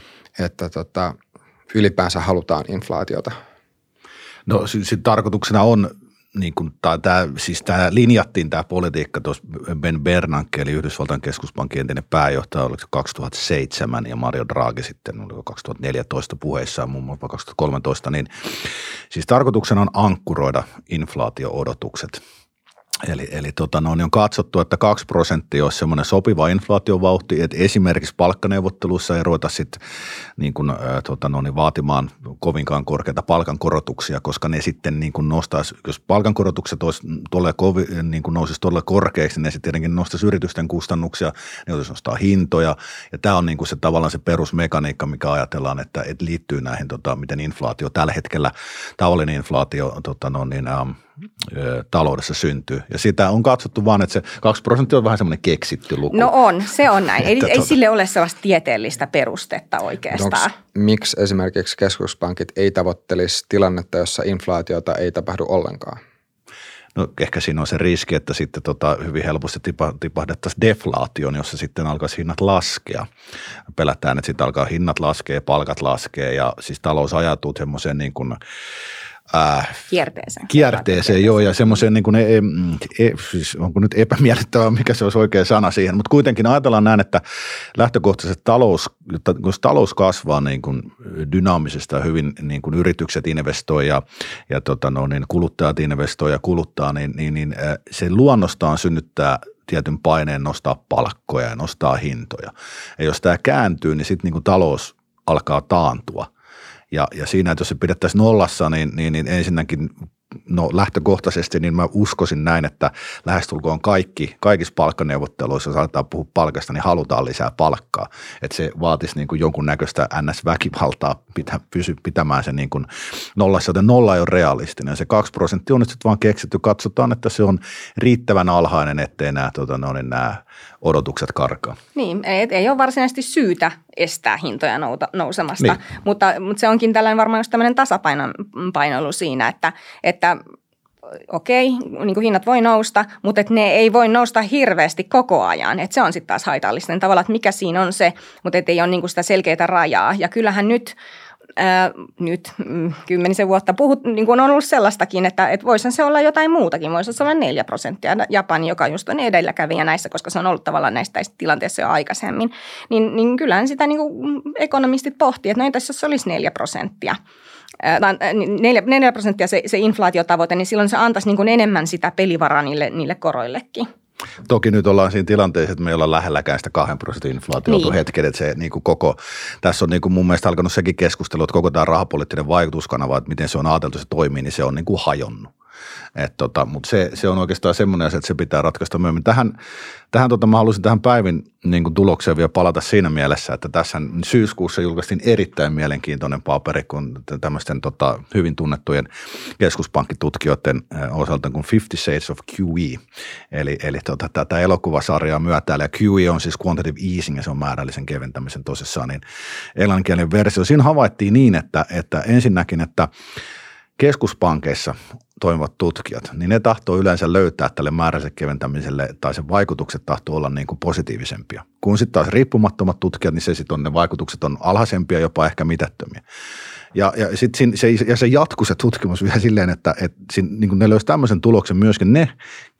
ylipäänsä halutaan inflaatiota? No siis tarkoituksena on, niin kuin, tämä linjattiin tämä politiikka tuossa Ben Bernanke, eli Yhdysvaltain keskuspankin entinen pääjohtaja, oliko se 2007 ja Mario Draghi sitten, oliko 2014 puheissaan, muun muassa 2013, niin siis tarkoituksena on ankkuroida inflaatio-odotukset. Eli on katsottu, että 2% olisi semmoinen sopiva inflaatiovauhti, että esimerkiksi palkkaneuvotteluissa ei ruveta sitten niin kuin, vaatimaan kovinkaan korkeita palkankorotuksia, koska ne sitten niin kuin nostaisi, jos palkankorotukset olisi niin kuin nousisi todella korkeaksi, niin ne sitten tietenkin nostaisi yritysten kustannuksia, ne olisi nostaa hintoja, ja tämä on niin kuin se tavallaan se perusmekaniikka, mikä ajatellaan, että liittyy näihin, miten inflaatio tällä hetkellä, tavallinen inflaatio, taloudessa syntyy. Ja sitä on katsottu vaan, että se 2% on vähän semmoinen keksitty luku. No on, se on näin. Ei sille ole sellaista tieteellistä perustetta oikeastaan. Miksi esimerkiksi keskuspankit ei tavoittelisi tilannetta, jossa inflaatiota ei tapahdu ollenkaan? No ehkä siinä on se riski, että sitten hyvin helposti tipahdettaisiin deflaatioon, jossa sitten alkaisi hinnat laskea. Pelätään, että sitten alkaa hinnat laskea ja palkat laskee ja siis talous ajatuu semmoiseen niin kuin Kierteeseen, joo, ja semmoiseen niin kuin, siis onko nyt epämiellyttävää, mikä se olisi oikea sana siihen, mutta kuitenkin ajatellaan näin, että lähtökohtaisesti jos talous kasvaa niin kuin dynaamisesta hyvin, niin kuin yritykset investoi ja kuluttajat investoi ja kuluttaa, niin se luonnostaan synnyttää tietyn paineen nostaa palkkoja ja nostaa hintoja. Ja jos tämä kääntyy, niin sitten niin kuin talous alkaa taantua. Ja siinä, että jos se pidettäisiin nollassa, niin ensinnäkin lähtökohtaisesti niin mä uskoisin näin, että lähestulkoon kaikissa palkkaneuvotteluissa, jos aletaan puhua palkasta, niin halutaan lisää palkkaa. Että se vaatisi niin kuin jonkunnäköistä NS-väkivaltaa pitämään se niin kuin nollassa, joten nolla ei ole realistinen. Se 2% on nyt sitten vaan keksitty, katsotaan, että se on riittävän alhainen, ettei nämä odotukset karkaa. Niin, ei ole varsinaisesti syytä estää hintoja nousemasta, niin. mutta se onkin tällainen varmaan just tämmöinen tasapainoilu siinä, että okei, niin kuin hinnat voi nousta, mutta että ne ei voi nousta hirveästi koko ajan. Että se on sitten taas haitallista. Tavallaan, että mikä siinä on se, mutta että ei ole niin kuin sitä selkeää rajaa. Ja kyllähän nyt 10 vuotta niin kuin on ollut sellaistakin, että voisihan se olla jotain muutakin. Voisi se olla 4%. Japani, joka just on edelläkävijä näissä, koska se on ollut tavallaan näistä tilanteissa jo aikaisemmin. Niin kyllähän sitä niin kuin ekonomistit pohtii, että tässä jos olisi 4%. 4% se inflaatiotavoite, niin silloin se antaisi niin kuin enemmän sitä pelivaraa niille koroillekin. Toki nyt ollaan siinä tilanteessa, että me ei olla lähelläkään sitä 2% inflaatiota niin. Hetken, että se niin kuin tässä on niin kuin mun mielestä alkanut sekin keskustelu, että koko tämä rahapoliittinen vaikutuskanava, että miten se on ajateltu, se toimii, niin se on niin kuin hajonnut. Mutta se on oikeastaan semmoinen asia, että se pitää ratkaista myöhemmin. Mä haluaisin tähän päivin niin kuin tulokseen vielä palata siinä mielessä, että tässä syyskuussa julkaistiin erittäin mielenkiintoinen paperi, kun tämmöisten hyvin tunnettujen keskuspankkitutkijoiden osalta kuin 50 Shades of QE, eli tätä elokuvasarjaa myötäillä, ja QE on siis quantitative easing, ja se on määrällisen keventämisen tosissaan, niin englanninkielinen versio. Siinä havaittiin niin, että ensinnäkin, että keskuspankeissa toimivat tutkijat, niin ne tahtoo yleensä löytää tälle määräisen keventämiselle tai sen vaikutukset tahtoo olla niin kuin positiivisempia. Kun sitten taas riippumattomat tutkijat, niin ne vaikutukset on alhaisempia, jopa ehkä mitättömiä. Ja sitten se jatkuu se tutkimus vielä silleen, että niin kuin ne löysi tämmöisen tuloksen myöskin ne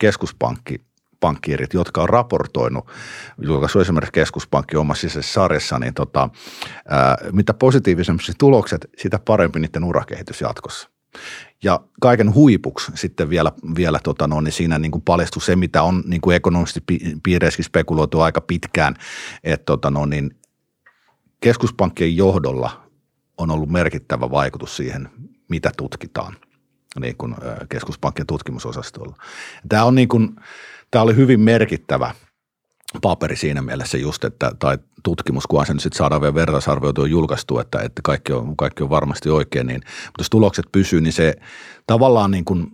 keskuspankkiirit, jotka on raportoinut, julkaisu esimerkiksi keskuspankki omassa sisäisessä sarjassa, niin mitä positiivisemmiksi tulokset, sitä parempi niiden urakehitys jatkossa. Ja kaiken huipuksi sitten vielä niin siinä niin kuin paljastui se, mitä on niin kuin ekonomistipiireissäkin spekuloitu aika pitkään, että niin keskuspankkien johdolla on ollut merkittävä vaikutus siihen, mitä tutkitaan niin kuin keskuspankkien tutkimusosastolla. Tämä oli hyvin merkittävä paperi siinä mielessä just, tai tutkimus, kunhan se nyt sitten saadaan vielä vertaisarvioitua julkaistua, että kaikki on varmasti oikein, niin, mutta jos tulokset pysyy, niin se tavallaan niin kuin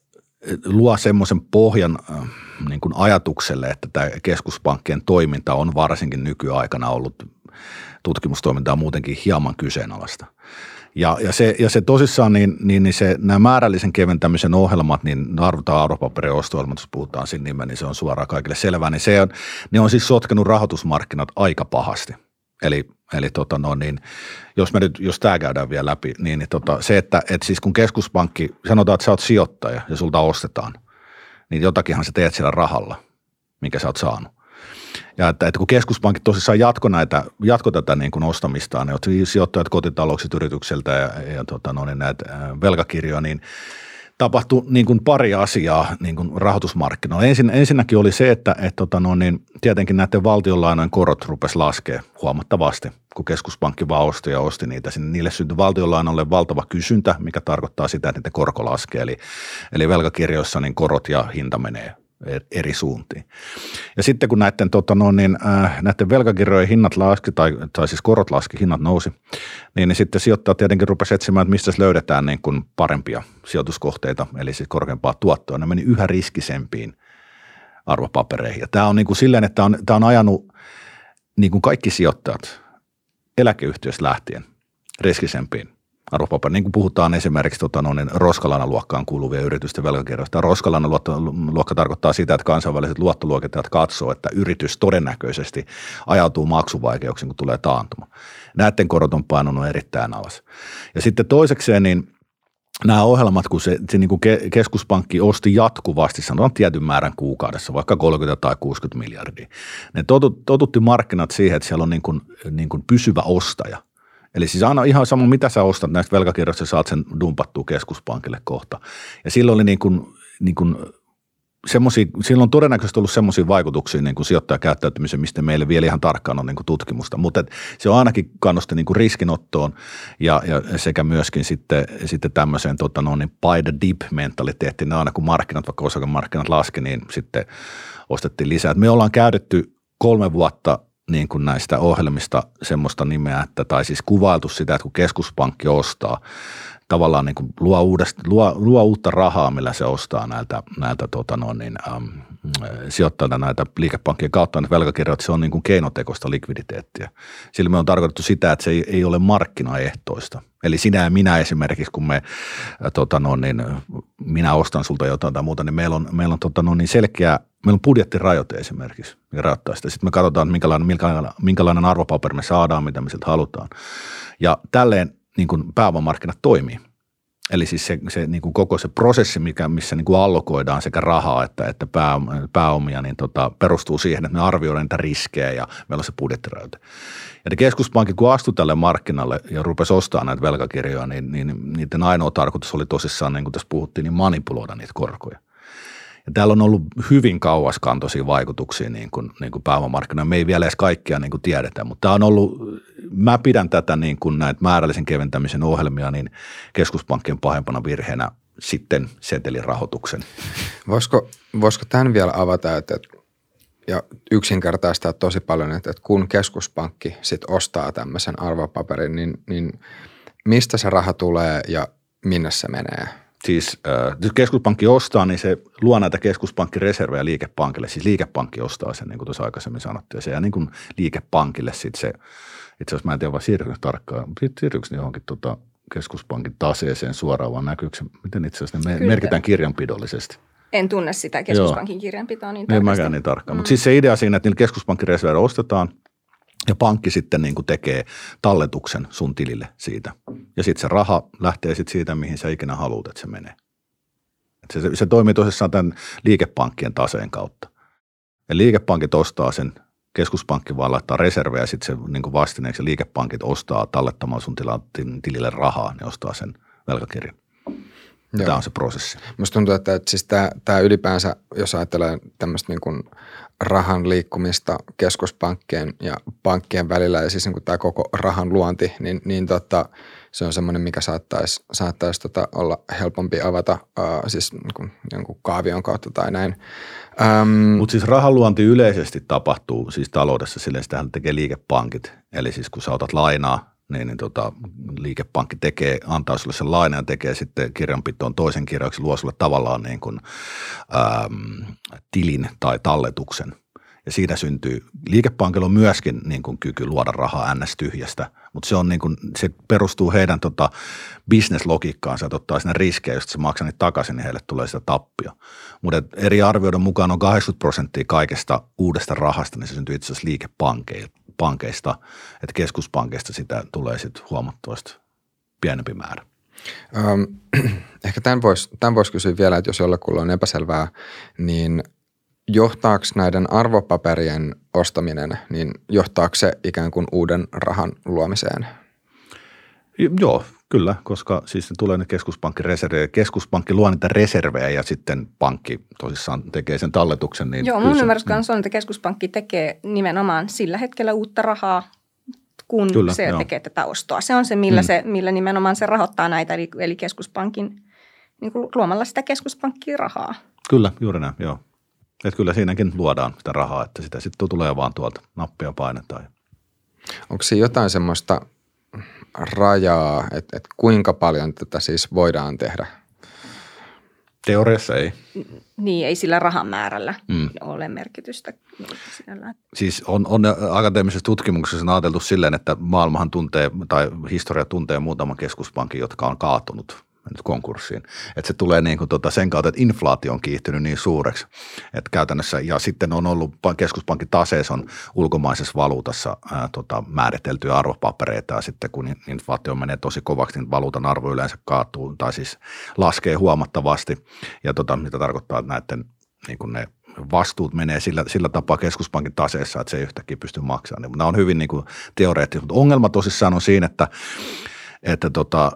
luo semmoisen pohjan niin kuin ajatukselle, että tämä keskuspankkien toiminta on varsinkin nykyaikana ollut tutkimustoimintaa muutenkin hieman kyseenalaista. Ja se tosissaan, nämä määrällisen keventämisen ohjelmat, niin arvotaan arvopaperin osto-ohjelmat, jos puhutaan siinä nimen, niin se on suoraan kaikille selvää, niin ne on siis sotkenut rahoitusmarkkinat aika pahasti. Eli jos tämä käydään vielä läpi, niin se, että siis kun keskuspankki, sanotaan, että sä oot sijoittaja ja sulta ostetaan, niin jotakinhan sä teet siellä rahalla, minkä sä oot saanut. Ja että kun keskuspankit tosissaan jatko tätä niin kuin ostamistaan, ne sijoittajat kotitaloukset yritykseltä ja näitä velkakirjoja, niin tapahtui niin kuin pari asiaa niin kuin rahoitusmarkkinoilla. Ensinnäkin oli se, että tietenkin näiden valtionlainojen korot rupesi laskea huomattavasti, kun keskuspankki vaan osti niitä. Niille syntyi valtionlainoille valtava kysyntä, mikä tarkoittaa sitä, että niiden korko laskee. Eli velkakirjoissa niin korot ja hinta menee eri suuntiin. Ja sitten kun näiden velkakirjojen hinnat laski, tai siis korot laski, hinnat nousi, niin sitten sijoittajat tietenkin rupesi etsimään, että mistä löydetään niin kuin parempia sijoituskohteita, eli siis korkeampaa tuottoa. Ne meni yhä riskisempiin arvopapereihin. Ja tämä on niin kuin silleen, että tämä on ajanut niin kuin kaikki sijoittajat eläkeyhtiöstä lähtien riskisempiin arvopaperi, niin kuin puhutaan esimerkiksi roskalainaluokkaan kuuluvia yritysten velkakirjoista. Roskalainaluokka tarkoittaa sitä, että kansainväliset luottoluokittajat katsoo, että yritys todennäköisesti ajautuu maksuvaikeuksiin, kun tulee taantuma. Näiden korot on painunut erittäin alas. Ja sitten toisekseen, niin nämä ohjelmat, kun se niin kuin keskuspankki osti jatkuvasti, sanotaan tietyn määrän kuukaudessa, vaikka 30 tai 60 miljardia, ne totutti markkinat siihen, että siellä on niin kuin pysyvä ostaja. Eli siis aina ihan sama, mitä sä ostat näistä velkakirjoista, saat sen dumpattua keskuspankille kohta. Ja silloin oli niin kuin silloin on todennäköisesti ollut semmoisia vaikutuksia niin kuin sijoittajakäyttäytymiseen, mistä meille vielä ihan tarkkaan on niin kuin tutkimusta. Mutta se on ainakin kannuste niin kuin riskinottoon ja sekä myöskin sitten tämmöiseen buy the dip-mentaliteettiin. Aina kun vaikka osakemarkkinat laski, niin sitten ostettiin lisää. Me ollaan käytetty 3 vuotta niin kuin näistä ohjelmista semmoista nimeä, tai siis kuvailtu sitä, että kun keskuspankki ostaa, tavallaan niin kuin luo uutta rahaa, millä se ostaa näiltä sijoittaa näitä liikepankkien kautta näitä velkakirjoja, se on niin kuin keinotekoista likviditeettiä. Sillä me on tarkoitettu sitä, että se ei ole markkinaehtoista. Eli sinä ja minä esimerkiksi, kun minä ostan sulta jotain tai muuta, niin meillä on selkeä, meillä on budjettirajoite esimerkiksi, ja rajoittaa sitä. Sitten me katsotaan, minkälainen arvopaperi me saadaan, mitä me sieltä halutaan. Ja tälleen niin kuin pääomamarkkinat toimii. Eli siis se niin kuin koko se prosessi, missä niin kuin allokoidaan sekä rahaa että pääomia, niin perustuu siihen, että me arvioidaan niitä riskejä ja meillä on se budjettirajoite. Ja ne keskuspankit, kun astui tälle markkinalle ja rupesi ostamaan näitä velkakirjoja, niin niiden ainoa tarkoitus oli tosissaan, niin kuin tässä puhuttiin, niin manipuloida niitä korkoja. Ja täällä on ollut hyvin kauaskantoisia vaikutuksia niin kuin pääomamarkkinoilla. Me ei vielä edes kaikkia niin kuin tiedetä, mutta tämä on ollut, mä pidän tätä niin kuin näitä määrällisen keventämisen ohjelmia niin keskuspankkien pahempana virheenä sitten setelirahoituksen. Voisiko tämän vielä avata ja yksinkertaistaa tosi paljon, että kun keskuspankki sit ostaa tämmöisen arvopaperin, niin mistä se raha tulee ja minne se menee? Siis jos keskuspankki ostaa, niin se luo näitä keskuspankkireservejä liikepankille. Siis liikepankki ostaa sen, niin kuin tuossa aikaisemmin sanottiin. Ja se jää niin kuin liikepankille sitten se, itse asiassa mä en tiedä vaan siirryykö tarkkaan, siirryykö ne johonkin keskuspankin taseeseen suoraan, vaan näkyykö se, miten itse asiassa ne merkitään kirjanpidollisesti? En tunne sitä keskuspankin kirjanpitoa niin tarkasti. En mäkään niin tarkkaan, mutta siis se idea siinä, että niillä keskuspankkireserveillä ostetaan ja pankki sitten niin kuin tekee talletuksen sun tilille siitä. Ja sitten se raha lähtee sitten siitä, mihin sä ikinä haluat, että se menee. Se toimii tosissaan tämän liikepankkien taseen kautta. Ja liikepankit ostaa sen, keskuspankki vaan laittaa reservejä ja sitten se niin kuin vastineeksi liikepankit ostaa tallettamaan sun tilille rahaa, niin ostaa sen velkakirjan. Tämä on se prosessi. Musta tuntuu, että siis tämä ylipäänsä, jos ajattelee tämmöistä niin kuin rahan liikkumista keskuspankkien ja pankkien välillä ja siis niin kuin tämä koko rahan luonti, niin se on semmoinen, mikä saattaisi olla helpompi avata siis niin kuin jonkun kaavion kautta tai näin. Mutta siis rahan luonti yleisesti tapahtuu siis taloudessa, silleen sitähän tekee liikepankit. Eli siis kun sä otat lainaa, niin liikepankki antaa sulle sen lainan ja tekee sitten kirjanpitoon toisen kirjauksen, luo sulle tavallaan niin kuin, tilin tai talletuksen. Ja siitä syntyy, liikepankilla on myöskin niin kuin kyky luoda rahaa NS-tyhjästä, mutta se on niin kuin, se perustuu heidän business-logiikkaansa, että ottaa sinne riskejä, jos se maksaa niitä takaisin, niin heille tulee sitä tappio. Mutta eri arvioiden mukaan on 80% kaikesta uudesta rahasta, niin se syntyy itse asiassa liikepankeista, että keskuspankeista sitä tulee sitten huomattavasti pienempi määrä. Ehkä tämän vois kysyä vielä, että jos jollekulla on epäselvää, niin johtaako näiden arvopaperien ostaminen, niin johtaako se ikään kuin uuden rahan luomiseen? Joo, kyllä, koska siis ne tulee ne keskuspankkireservejä. Keskuspankki luo niitä reservejä ja sitten pankki tosissaan tekee sen talletuksen. Niin joo, mun ymmärrys kanssa on, että keskuspankki tekee nimenomaan sillä hetkellä uutta rahaa, kun kyllä, se tekee tätä ostoa. Se on se, millä nimenomaan se rahoittaa näitä, eli keskuspankin niin kuin luomalla sitä keskuspankkiin rahaa. Kyllä, juuri näin, joo. Että kyllä siinäkin luodaan sitä rahaa, että sitä sitten tulee vaan tuolta nappia painetaan. Onko siinä jotain semmoista rajaa, että kuinka paljon tätä siis voidaan tehdä? Teoriassa ei. Niin, ei sillä rahan määrällä ole merkitystä. Siis on akateemisessa tutkimuksessa ajateltu silleen, että maailmahan tuntee tai historia tuntee muutaman keskuspankin, jotka on kaatunut konkurssiin. Että se tulee niin kuin sen kautta, että inflaatio on kiihtynyt niin suureksi, että käytännössä, ja sitten on ollut keskuspankin taseessa on ulkomaisessa valuutassa määriteltyjä arvopapereita, ja sitten kun inflaatio menee tosi kovaksi, niin valuutan arvo yleensä kaatuu, tai siis laskee huomattavasti, ja mitä tarkoittaa, että näiden niin kuin ne vastuut menee sillä tapaa keskuspankin taseessa, että se ei yhtäkkiä pysty maksamaan. Niin, nämä on hyvin niin kuin teoreettisia, mutta ongelma tosissaan on siinä, että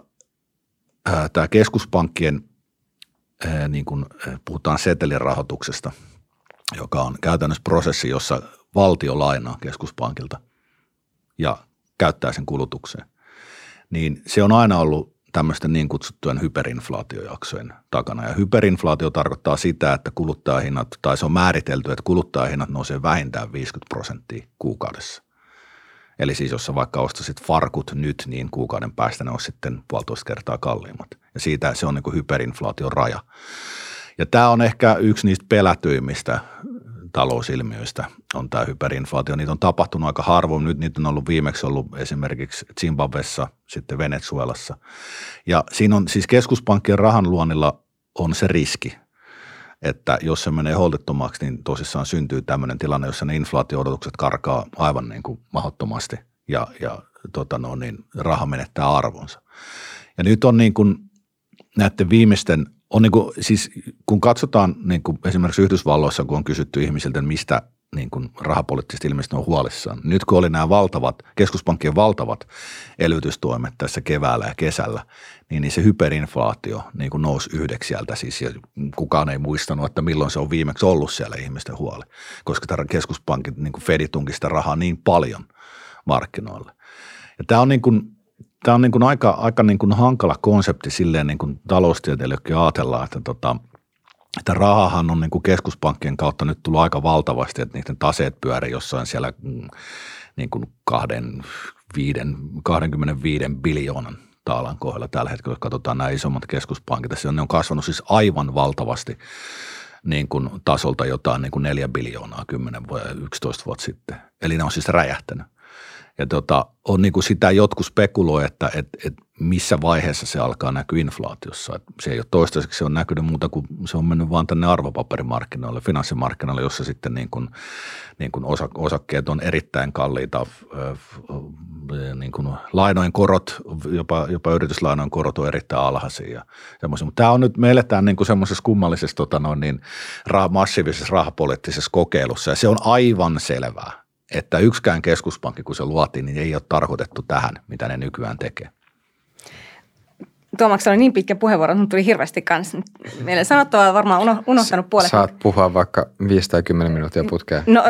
tämä keskuspankkien, niin kuin puhutaan setelirahoituksesta, joka on käytännössä prosessi, jossa valtio lainaa keskuspankilta ja käyttää sen kulutukseen, niin se on aina ollut tämmöisten niin kutsuttujen hyperinflaatiojaksojen takana. Ja hyperinflaatio tarkoittaa sitä, että kuluttajahinnat, tai se on määritelty, että kuluttajahinnat nousee vähintään 50% kuukaudessa. Eli siis jos sä vaikka ostasit farkut nyt, niin kuukauden päästä ne on sitten 1,5 kertaa kalliimmat. Ja siitä se on niin kuin hyperinflaation raja. Ja tämä on ehkä yksi niistä pelätyimmistä talousilmiöistä, on tämä hyperinflaatio. Niitä on tapahtunut aika harvoin. Nyt niitä on viimeksi ollut esimerkiksi Zimbabwessa, sitten Venezuelassa. Ja siinä on siis keskuspankkien rahanluonnilla on se riski, että jos se menee holtittomaksi, niin tosissaan syntyy tämmöinen tilanne, jossa ne inflaatio-odotukset karkaa aivan niin kuin mahdottomasti ja raha menettää arvonsa. Ja nyt on niin kuin näiden viimeisten, on niin kuin, siis kun katsotaan niin kuin esimerkiksi Yhdysvalloissa, kun on kysytty ihmisiltä, mistä niin kuin rahapoliittisesti ilmeisesti on huolissaan. Nyt kun oli nämä keskuspankkien valtavat elvytystoimet tässä keväällä ja kesällä, niin se hyperinflaatio niin kuin nousi yhdeksi sieltä. Siis kukaan ei muistanut, että milloin se on viimeksi ollut siellä ihmisten huoli, koska tämä keskuspankit, niin kuin Fed tunkisi sitä rahaa niin paljon markkinoille. Ja tämä on niin kuin aika niin kuin hankala konsepti silleen niin kuin taloustieteilijöillekin ajatellaan, että rahahan on niin kuin keskuspankkien kautta nyt tullut aika valtavasti, että niiden taseet pyörii jossain siellä niin kuin 25 biljoonan taalan kohdalla tällä hetkellä, jos katsotaan nämä isommat keskuspankit. Ne on kasvanut siis aivan valtavasti niin kuin tasolta jotain niin kuin 4 biljoonaa 10 vai 11 vuotta sitten. Eli ne on siis räjähtänyt. Ja on niin kuin sitä jotkut spekuloi, että missä vaiheessa se alkaa näkyä inflaatiossa. Et se ei ole toistaiseksi, se on näkynyt muuta kuin se on mennyt vaan tänne arvopaperimarkkinoille, finanssimarkkinoille, jossa sitten niin kuin osakkeet on erittäin kalliita, niin kuin lainojen korot, jopa yrityslainojen korot on erittäin alhaisia ja semmoisia. Mutta tämä on nyt, me eletään niin kuin semmoisessa kummallisessa massiivisessa rahapoliittisessa kokeilussa ja se on aivan selvää, että yksikään keskuspankki, kun se luotiin, niin ei ole tarkoitettu tähän, mitä ne nykyään tekee. Tuomaksella oli niin pitkä puheenvuoro, että tuli hirveästi kanssa. Meillä sanottavaa varmaan unohtanut puolet. Saat puhua vaikka 5 tai 10 minuuttia putkeen. No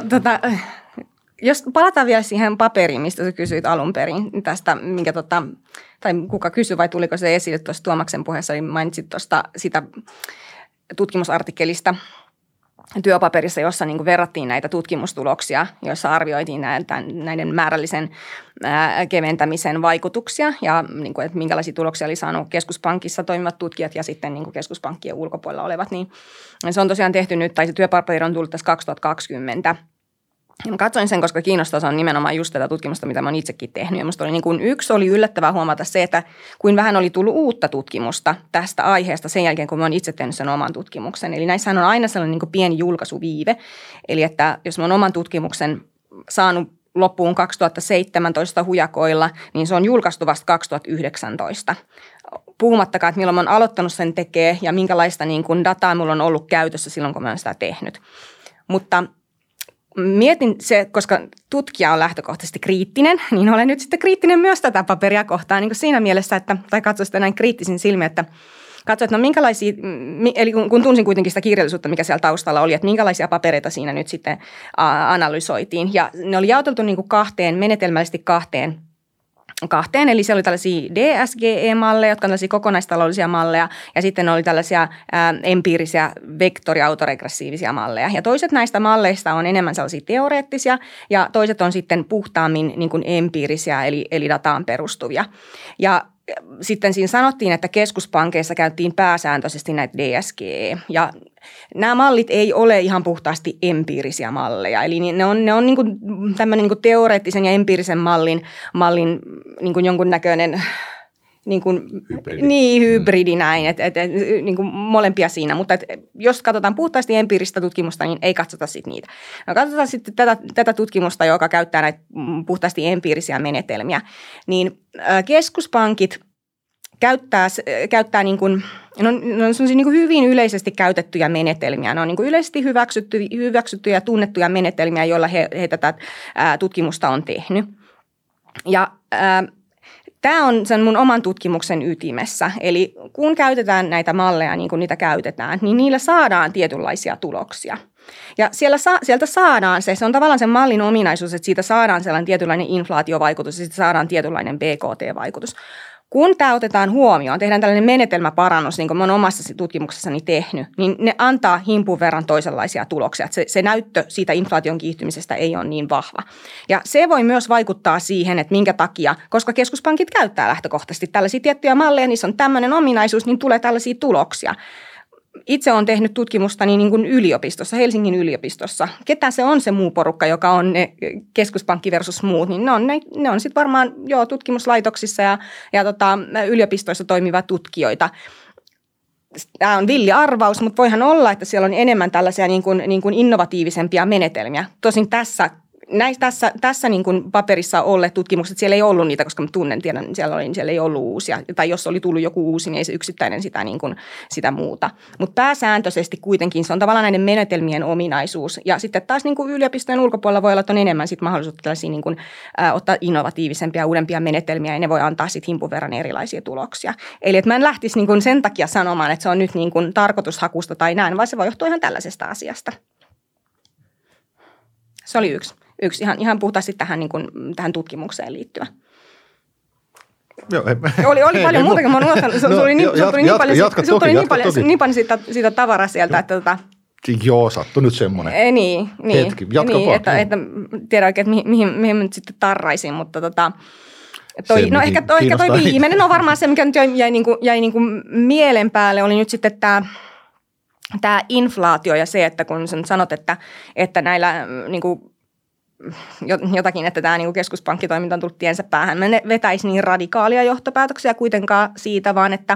jos palataan vielä siihen paperiin, mistä sä kysyit alun perin tästä, tai kuka kysyi vai tuliko se esille tuossa Tuomaksen puheessa, niin mainitsit tuosta sitä tutkimusartikkelista työpaperissa, jossa niin kuin verrattiin näitä tutkimustuloksia, joissa arvioitiin näiden määrällisen keventämisen vaikutuksia ja niin kuin, että minkälaisia tuloksia oli saanut keskuspankissa toimivat tutkijat ja sitten niin kuin keskuspankkien ulkopuolella olevat. Niin se on tosiaan tehty nyt, tai se työpaperi on tullut tässä 2020. Ja mä katsoin sen, koska kiinnostaa, se on nimenomaan just tätä tutkimusta, mitä mä oon itsekin tehnyt. Ja musta oli niin kuin yksi oli yllättävää huomata se, että kuin vähän oli tullut uutta tutkimusta tästä aiheesta sen jälkeen, kun mä oon itse tehnyt sen oman tutkimuksen. Eli näissähän on aina sellainen niin kuin pieni julkaisuviive. Eli että jos mä oon oman tutkimuksen saanut loppuun 2017 hujakoilla, niin se on julkaistu vasta 2019. Puhumattakaan, että milloin mä oon aloittanut sen tekemään ja minkälaista niin kuin dataa mulla on ollut käytössä silloin, kun mä oon sitä tehnyt. Mutta mietin se, koska tutkija on lähtökohtaisesti kriittinen, niin olen nyt sitten kriittinen myös tätä paperia kohtaan niin kuin siinä mielessä, tai katso sitä näin kriittisin silmin, että katso, että no minkälaisia, eli kun tunsin kuitenkin sitä kirjallisuutta, mikä siellä taustalla oli, että minkälaisia papereita siinä nyt sitten analysoitiin. Ja ne oli jaoteltu niin kuin menetelmällisesti kahteen, eli siellä oli tällaisia DSGE-malleja, jotka on tällaisia kokonaistaloudellisia malleja, ja sitten oli tällaisia empiirisiä vektoriautoregressiivisia malleja. Ja toiset näistä malleista on enemmän sellaisia teoreettisia, ja toiset on sitten puhtaammin niin kuin empiirisiä, eli dataan perustuvia. Ja sitten siinä sanottiin, että keskuspankeissa käytiin pääsääntöisesti näitä DSGE, ja nämä mallit ei ole ihan puhtaasti empiirisiä malleja, eli ne on niin kuin tämmöinen niin kuin teoreettisen ja empiirisen mallin niin kuin jonkunnäköinen hybridi näin, että niin kuin molempia siinä, mutta jos katsotaan puhtaasti empiiristä tutkimusta, niin ei katsota sitten niitä. No katsotaan sitten tätä tutkimusta, joka käyttää näitä puhtaasti empiirisiä menetelmiä, niin keskuspankit käyttää niin kuin, ne on sellaisia niin kuin hyvin yleisesti käytettyjä menetelmiä. Ne on niin kuin yleisesti hyväksyttyjä ja tunnettuja menetelmiä, joilla he tätä tutkimusta on tehnyt. Ja tämä on sen mun oman tutkimuksen ytimessä. Eli kun käytetään näitä malleja niin kuin niitä käytetään, niin niillä saadaan tietynlaisia tuloksia. Ja sieltä saadaan se on tavallaan sen mallin ominaisuus, että siitä saadaan sellainen tietynlainen inflaatiovaikutus ja siitä saadaan tietynlainen BKT-vaikutus. Kun tämä otetaan huomioon, tehdään tällainen menetelmäparannus, niin kuin mä oon omassa tutkimuksessani tehnyt, niin ne antaa himpun verran toisenlaisia tuloksia. Se näyttö siitä inflaation kiihtymisestä ei ole niin vahva. Ja se voi myös vaikuttaa siihen, että minkä takia, koska keskuspankit käyttää lähtökohtaisesti tällaisia tiettyjä malleja, niissä on tämmöinen ominaisuus, niin tulee tällaisia tuloksia. itse olen tehnyt tutkimustani niin kuin yliopistossa, Helsingin yliopistossa. Ketä se on se muu porukka, joka on ne keskuspankki versus muut, niin ne on sitten varmaan tutkimuslaitoksissa ja yliopistoissa toimivia tutkijoita. Tämä on villi arvaus, mutta voihan olla, että siellä on enemmän tällaisia niin kuin innovatiivisempia menetelmiä. Tosin tässä niin kuin paperissa olleet tutkimukset, siellä ei ollut niitä, koska mä tiedän, siellä ei ollut uusia. Tai jos oli tullut joku uusi, niin ei se yksittäinen sitä muuta. Mutta pääsääntöisesti kuitenkin se on tavallaan näiden menetelmien ominaisuus. Ja sitten taas niin kuin yliopistojen ulkopuolella voi olla, että on enemmän sit mahdollisuutta tällaisia niin kuin, ottaa innovatiivisempia, uudempia menetelmiä, ja ne voi antaa sitten himpun verran erilaisia tuloksia. Eli että mä en lähtisi niin kuin sen takia sanomaan, että se on nyt niin kuin tarkoitushakusta tai näin, vaan se voi johtua ihan tällaisesta asiasta. Se oli yksi ihan puhtaasti tähän tutkimukseen liittyvä. Joo, oli paljon muutakin. Mä oon unohtanut. Sulla tuli niin paljon siitä tavaraa sieltä, että Joo, sattui nyt semmoinen hetki. Jatka vaan. Että tiedä oikein, mihin mä nyt sitten tarraisin, mutta ehkä toi viimeinen on varmaan se, mikä nyt jäi niin kuin mielen päälle, oli nyt sitten tämä inflaatio ja se, että kun sä nyt sanot, että näillä niin kuin jotakin, että tämä niin keskuspankkitoiminta on tullut tiensä päähän. Mä en vetäisi niin radikaalia johtopäätöksiä kuitenkaan siitä, vaan että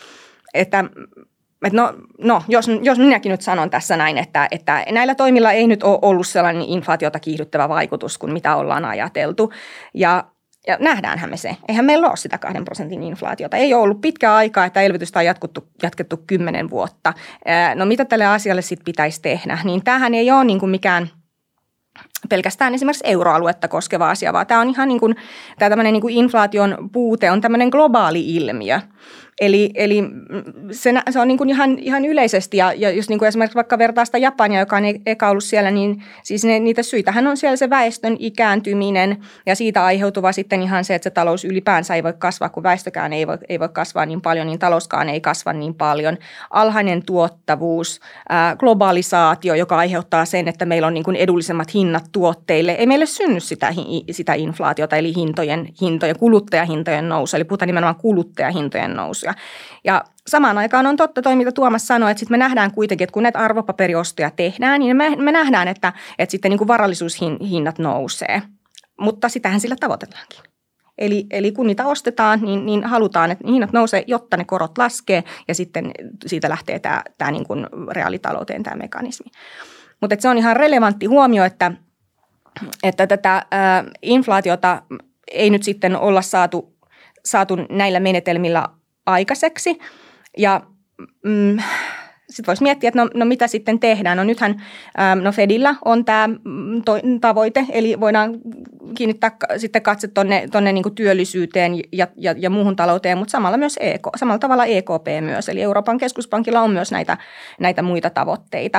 jos minäkin nyt sanon tässä näin, että näillä toimilla ei nyt ole ollut sellainen inflaatiota kiihdyttävä vaikutus kuin mitä ollaan ajateltu. Ja nähdäänhän me se. Eihän meillä ole sitä 2% inflaatiota. Ei ole ollut pitkää aikaa, että elvytystä on jatkettu 10 vuotta. No mitä tälle asialle sitten pitäisi tehdä? Niin tämähän ei ole niin kuin mikään pelkästään esimerkiksi euroaluetta koskeva asia, vaan tämä on ihan niin kuin, tämä tämmöinen niin kuin inflaation puute on tämmöinen globaali ilmiö. Eli se on niin kuin ihan yleisesti, ja jos niin kuin esimerkiksi vaikka vertaa sitä Japania, joka on eka ollut siellä, niin siis niitä syitähän on siellä se väestön ikääntyminen, ja siitä aiheutuva sitten ihan se, että se talous ylipäänsä ei voi kasvaa, kun väestökään ei voi kasvaa niin paljon, niin talouskaan ei kasva niin paljon. Alhainen tuottavuus, globalisaatio, joka aiheuttaa sen, että meillä on niin kuin edullisemmat hinnat tuotteille. Ei meille synny sitä inflaatiota, eli kuluttajahintojen nousu, eli puhutaan nimenomaan kuluttajahintojen nousu. Ja samaan aikaan on totta toi, mitä Tuomas sanoi, että sitten me nähdään kuitenkin, että kun näitä arvopaperiostoja tehdään, niin me nähdään, että sitten niin kuin varallisuushinnat nousee. Mutta sitähän sillä tavoitellaankin. Eli kun niitä ostetaan, niin halutaan, että hinnat nousee, jotta ne korot laskee, ja sitten siitä lähtee tämä niin kuin reaalitalouteen tämä mekanismi. Mutta se on ihan relevantti huomio, että tätä inflaatiota ei nyt sitten olla saatu näillä menetelmillä aikaiseksi. Ja sitten voisi miettiä, että no mitä sitten tehdään. No nythän Fedillä on tämä tavoite, eli voidaan kiinnittää sitten katse tuonne niin kuin työllisyyteen ja muuhun talouteen, mutta samalla tavalla EKP myös. Eli Euroopan keskuspankilla on myös näitä muita tavoitteita.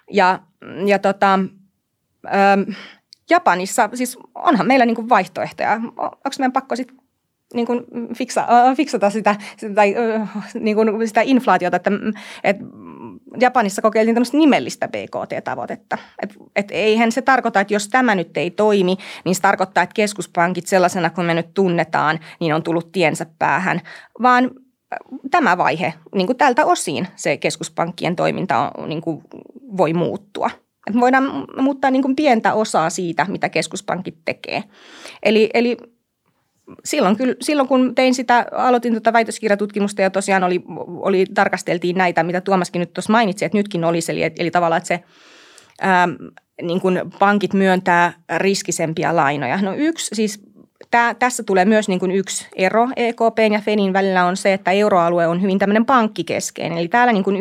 Japanissa, siis onhan meillä niin kuin vaihtoehtoja. Onko meidän pakko sitten niin kuin fiksata sitä inflaatiota, että Japanissa kokeiltiin tämmöistä nimellistä BKT-tavoitetta. Että eihän se tarkoita, että jos tämä nyt ei toimi, niin se tarkoittaa, että keskuspankit sellaisena, kun me nyt tunnetaan, niin on tullut tiensä päähän, vaan tämä vaihe, niin kuin tältä osin se keskuspankkien toiminta on, niin kuin voi muuttua. Että voidaan muuttaa niin kuin pientä osaa siitä, mitä keskuspankit tekee. Eli silloin kun aloitin väitöskirjatutkimusta ja tosiaan tarkasteltiin näitä, mitä Tuomaskin nyt tuossa mainitsi, että nytkin olisi, eli tavallaan, että se niin kuin pankit myöntää riskisempiä lainoja. No tässä tulee myös niin kuin yksi ero EKP:n ja Fedin välillä on se, että euroalue on hyvin tämmöinen pankkikeskeinen, eli täällä niin kuin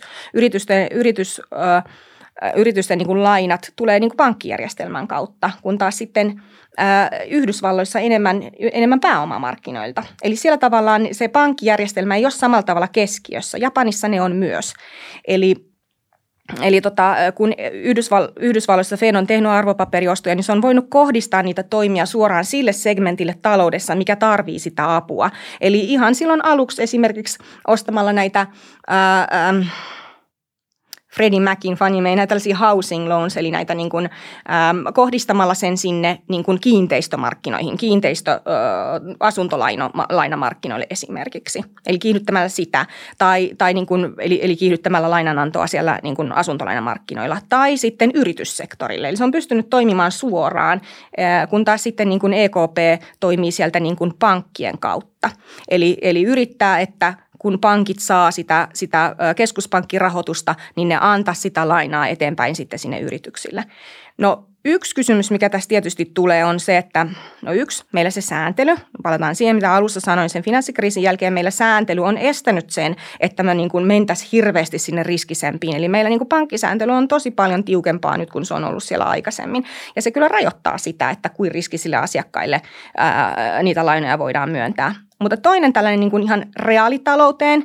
yritysten niin kuin lainat tulee niin kuin pankkijärjestelmän kautta, kun taas sitten Yhdysvalloissa enemmän pääomamarkkinoilta. Eli siellä tavallaan se pankkijärjestelmä ei ole samalla tavalla keskiössä. Japanissa ne on myös. Eli kun Yhdysvalloissa Fed on tehnyt arvopaperiostoja, niin se on voinut kohdistaa niitä toimia suoraan sille segmentille taloudessa, mikä tarvii sitä apua. Eli ihan silloin aluksi esimerkiksi ostamalla näitä Freddie Macin, Fannie Mae, näitä tällaisia housing loans, eli näitä niin kuin, kohdistamalla sen sinne niin kuin kiinteistömarkkinoihin, asuntolainamarkkinoille esimerkiksi. Eli kiihdyttämällä sitä, tai niin kuin, eli kiihdyttämällä lainanantoa siellä niin kuin asuntolainamarkkinoilla, tai sitten yrityssektorille. Eli se on pystynyt toimimaan suoraan, kun taas sitten niin kuin EKP toimii sieltä niin kuin pankkien kautta. Eli yrittää, että kun pankit saa sitä keskuspankkirahoitusta, niin ne antaa sitä lainaa eteenpäin sitten sinne yrityksille. No yksi kysymys, mikä tässä tietysti tulee, on se, että meillä se sääntely, palataan siihen, mitä alussa sanoin, sen finanssikriisin jälkeen meillä sääntely on estänyt sen, että me niin kuin mentäisiin hirveästi sinne riskisempiin. Eli meillä niin kuin pankkisääntely on tosi paljon tiukempaa nyt, kun se on ollut siellä aikaisemmin. Ja se kyllä rajoittaa sitä, että kuin riskisille asiakkaille niitä lainoja voidaan myöntää. Mutta toinen tällainen niin kuin ihan reaalitalouteen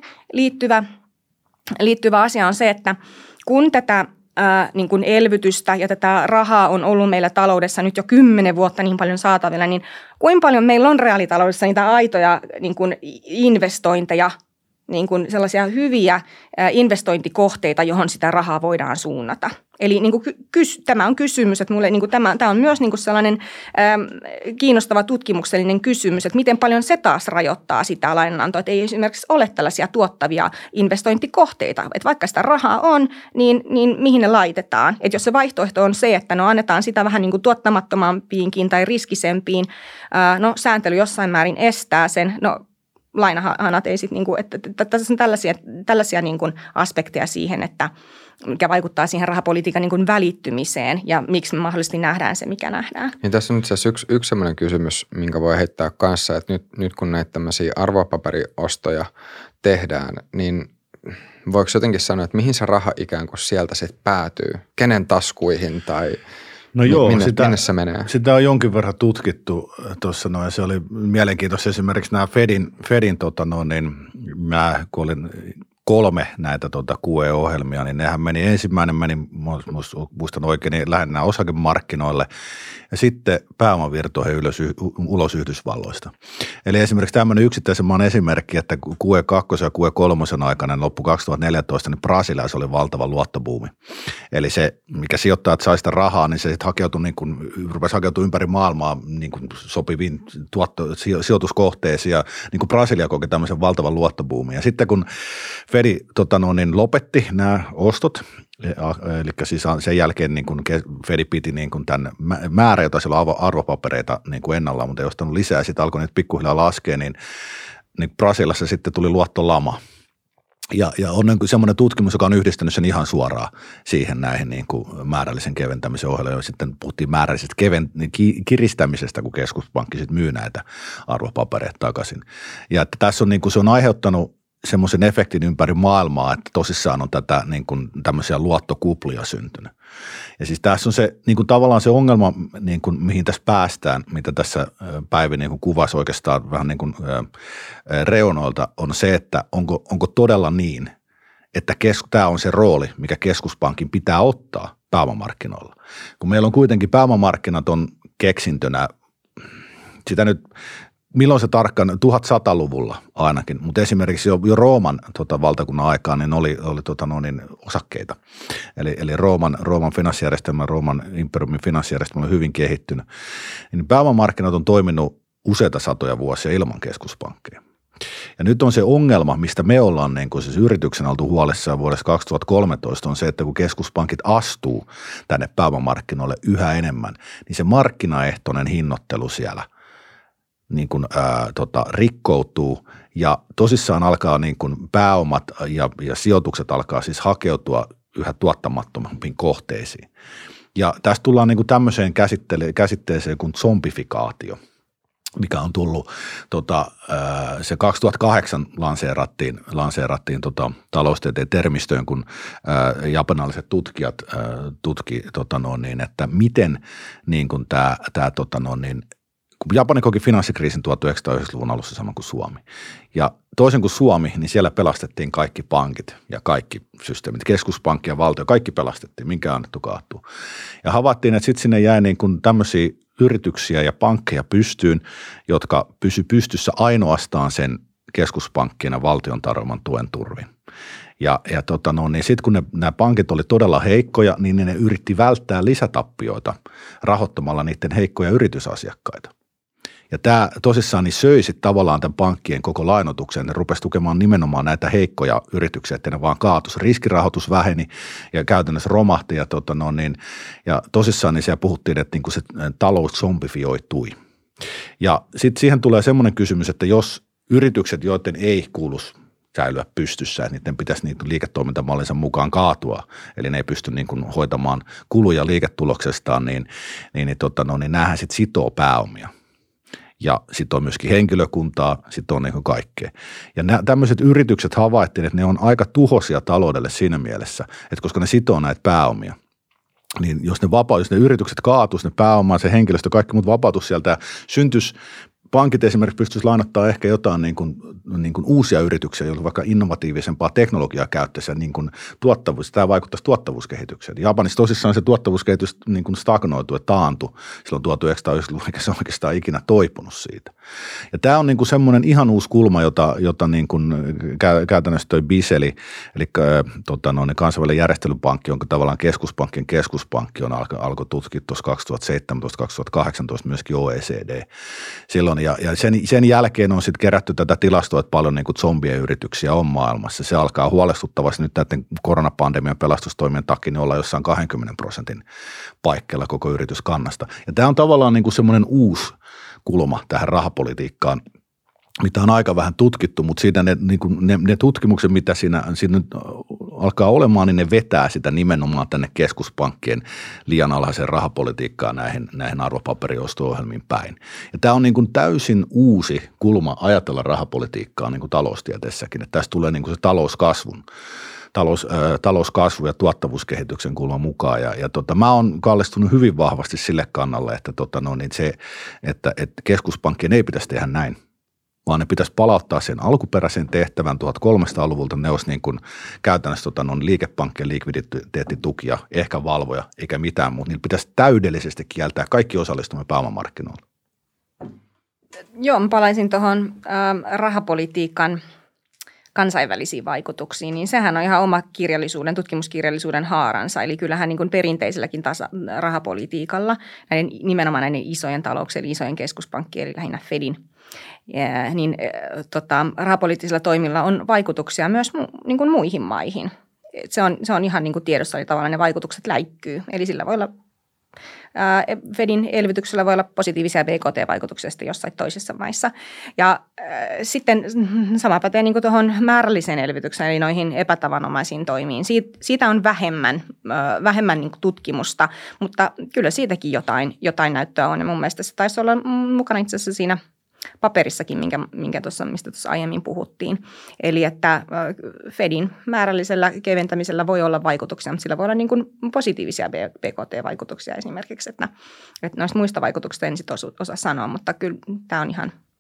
liittyvä asia on se, että kun tätä niin kuin elvytystä ja tätä rahaa on ollut meillä taloudessa nyt jo 10 vuotta niin paljon saatavilla, niin kuinka paljon meillä on reaalitaloudessa niitä aitoja niin kuin investointeja, niin kuin sellaisia hyviä investointikohteita, johon sitä rahaa voidaan suunnata. Eli niin kuin tämä on kysymys, että mulle, niin kuin tämä on myös niin kuin sellainen kiinnostava tutkimuksellinen kysymys, että miten paljon se taas rajoittaa sitä lainanantoa, että ei esimerkiksi ole tällaisia tuottavia investointikohteita. Että vaikka sitä rahaa on, niin mihin ne laitetaan. Että jos se vaihtoehto on se, että annetaan sitä vähän niin kuin tuottamattomampiinkin tai riskisempiin, sääntely jossain määrin estää sen, lainahanat ei sitten, niin että tässä on tällaisia niin kuin aspekteja siihen, että mikä vaikuttaa siihen rahapolitiikan niin kuin välittymiseen ja miksi me mahdollisesti nähdään se, mikä nähdään. Niin tässä on itse asiassa yksi sellainen kysymys, minkä voi heittää kanssa, että nyt kun näitä tämmöisiä arvopaperiostoja tehdään, niin voiko jotenkin sanoa, että mihin se raha ikään kuin sieltä sitten päätyy? Kenen taskuihin tai minne se menee? Sitä on jonkin verran tutkittu tuossa noin. Se oli mielenkiintoista esimerkiksi nämä Fedin mä kun olin 3 näitä QE-ohjelmia, niin nehän ensimmäinen meni, muistan oikein, niin lähinnä osakemarkkinoille ja sitten pääomavirtoihin ulos Yhdysvalloista. Eli esimerkiksi tämmöinen yksittäisen maan esimerkki, että QE2 ja QE3 aikana loppu 2014, niin Brasiliassa oli valtava luottobuumi. Eli se, mikä sijoittajat sai sitä rahaa, niin se sitten rupesi hakeutua ympäri maailmaa niin kuin sopiviin sijoituskohteisiin ja niin kuin Brasilia koki tämmöisen valtavan luottobuumin. Ja sitten kun Fedi lopetti nämä ostot, eli siis sen jälkeen niin kun Fedi piti niin kun tämän määrä, jota siellä on arvopapereita niin kuin ennallaan, mutta ei ostanut lisää, sitten alkoi niitä pikkuhiljaa laskea, niin Brasiliassa sitten tuli luottolama. Ja on niin semmoinen tutkimus, joka on yhdistänyt sen ihan suoraan siihen näihin niin kuin määrällisen keventämisen ohjelmiin. Sitten puhuttiin määrällisestä kiristämisestä, kun keskuspankki sitten myy näitä arvopapereita takaisin. Ja että tässä on niin kuin se on aiheuttanut semmoisen efektin ympäri maailmaa, että tosissaan on tätä niin kuin tämmöisiä luottokuplia syntynyt. Ja siis tässä on se niin kuin tavallaan se ongelma, niin kuin, mihin tässä päästään, mitä tässä Päivi niin kuin kuvasi oikeastaan vähän niin kuin reunoilta, on se, että onko todella niin, että tämä on se rooli, mikä keskuspankin pitää ottaa pääomamarkkinoilla. Kun meillä on kuitenkin pääomamarkkinat on keksintönä, sitä nyt milloin se tarkkaan, 1100-luvulla ainakin, mutta esimerkiksi jo Rooman valtakunnan aikaan niin oli osakkeita. Eli Rooman finanssijärjestelmä, Rooman imperiumin finanssijärjestelmä oli hyvin kehittynyt. Niin pääomamarkkinat on toiminut useita satoja vuosia ilman keskuspankkeja. Ja nyt on se ongelma, mistä me ollaan niin kuin siis yrityksen oltu huolissaan vuodessa 2013 on se, että kun keskuspankit astuu tänne pääomamarkkinoille yhä enemmän, niin se markkinaehtoinen hinnoittelu siellä niin kuin, rikkoutuu ja tosissaan alkaa niin kuin pääomat ja sijoitukset alkaa siis hakeutua yhä tuottamattomampiin kohteisiin. Ja tästä tullaan niin kuin tämmöiseen käsitteeseen kuin zombifikaatio, mikä on tullut, se 2008 lanseerattiin taloustieteen termistöön, kun japanilaiset tutkijat tutki, että miten niin kuin tämä kun Japani koki finanssikriisin 1990-luvun alussa saman kuin Suomi. Ja toisin kuin Suomi, niin siellä pelastettiin kaikki pankit ja kaikki systeemit, keskuspankki ja valtio, kaikki pelastettiin, minkä annettu kaatuu. Ja havaittiin, että sitten sinne jäi niin kuin tämmöisiä yrityksiä ja pankkeja pystyyn, jotka pysy pystyssä ainoastaan sen keskuspankkien ja valtion tarjoaman tuen turvin. Ja niin sitten kun nämä pankit oli todella heikkoja, niin ne yritti välttää lisätappioita rahoittamalla niiden heikkoja yritysasiakkaita. Ja tämä tosissaan niin söi sitten tavallaan tämän pankkien koko lainotuksen. Ne rupesi tukemaan nimenomaan näitä heikkoja yrityksiä, että ne vaan kaatus. Riskirahoitus väheni ja käytännössä romahti. Ja tosissaan niin siellä puhuttiin, että niinku se talous zombifioitui. Ja sitten siihen tulee semmoinen kysymys, että jos yritykset, joiden ei kuuluisi säilyä pystyssä, että niiden pitäisi niitä liiketoimintamallinsa mukaan kaatua, eli ne ei pysty niin kuin hoitamaan kuluja liiketuloksestaan, niin näähän sitten sitoo pääomia. Ja sitten on myöskin henkilökuntaa, sitten on niin kuin kaikkea. Ja tämmöiset yritykset havaittiin, että ne on aika tuhoisia taloudelle siinä mielessä, että koska ne sitoo näitä pääomia, niin jos ne yritykset kaatuisi, ne pääomaa, se henkilöstö, kaikki muut vapautus sieltä syntyisi. Pankit esimerkiksi pystyisi lainottaa ehkä jotain niin kuin uusia yrityksiä, joilla vaikka innovatiivisempaa teknologiaa käyttäisi ja niin kuin tämä vaikuttaisi tuottavuuskehitykseen. Japanissa tosissaan se tuottavuuskehitys niin kuin stagnoitui ja taantui silloin 1990-luvulla, eikä se oikeastaan ikinä toipunut siitä. Ja tämä on niin kuin semmoinen ihan uusi kulma, jota niin kuin käytännössä toi BISELI, eli kansainvälinen järjestelypankki, jonka tavallaan keskuspankkien keskuspankki alkoi tutkia tuossa 2017-2018 myöskin OECD silloin. Ja sen jälkeen on sitten kerätty tätä tilastoa, että paljon niin kuin zombien yrityksiä on maailmassa. Se alkaa huolestuttavasti nyt näiden koronapandemian pelastustoimien takia niin olla jossain 20% paikkeilla koko yrityskannasta. Ja tämä on tavallaan niin kuin semmoinen uusi kulma tähän rahapolitiikkaan, mitä on aika vähän tutkittu, mutta siitä ne tutkimukset, mitä siinä nyt alkaa olemaan, niin ne vetää sitä nimenomaan tänne keskuspankkien liian alhaiseen rahapolitiikkaan näihin arvopaperiosto-ohjelmiin päin. Ja tämä on niin kuin täysin uusi kulma ajatella rahapolitiikkaa niin kuin taloustieteessäkin, että tästä tulee niin kuin se talouskasvu ja tuottavuuskehityksen kulma mukaan. Mä oon kallistunut hyvin vahvasti sille kannalle, että keskuspankkien ei pitäisi tehdä näin, vaan ne pitäisi palauttaa sen alkuperäisen tehtävän 1300-luvulta. Ne olisi niin kuin käytännössä liikepankkien likviditeettitukia, ehkä valvoja, eikä mitään muuta. Niillä pitäisi täydellisesti kieltää kaikki osallistuminen pääomamarkkinoille. Joo, mä palaisin tuohon rahapolitiikan kansainvälisiin vaikutuksiin, niin sehän on ihan oma tutkimuskirjallisuuden haaransa. Eli kyllähän niin kuin perinteiselläkin rahapolitiikalla, nimenomaan näiden isojen talouksien, eli isojen keskuspankkien, eli lähinnä Fedin, rahapoliittisilla toimilla on vaikutuksia myös niin kuin muihin maihin. Se on ihan niin kuin tiedossa, eli tavallaan ne vaikutukset läikkyy. Eli sillä voi olla Fedin elvytyksellä voi olla positiivisia BKT-vaikutuksia jossain toisissa maissa. Ja sitten sama pätee niin kuin tuohon määrälliseen elvytykseen, eli noihin epätavanomaisiin toimiin. Siitä on vähemmän niin kuin tutkimusta, mutta kyllä siitäkin jotain näyttöä on. Ja mun mielestä se taisi olla mukana itse asiassa siinä paperissakin, mistä tuossa aiemmin puhuttiin. Eli että Fedin määrällisellä keventämisellä voi olla vaikutuksia, mutta sillä voi olla niin kuin positiivisia BKT-vaikutuksia esimerkiksi, että noista muista vaikutuksista en sitten osaa sanoa, mutta kyllä tämä on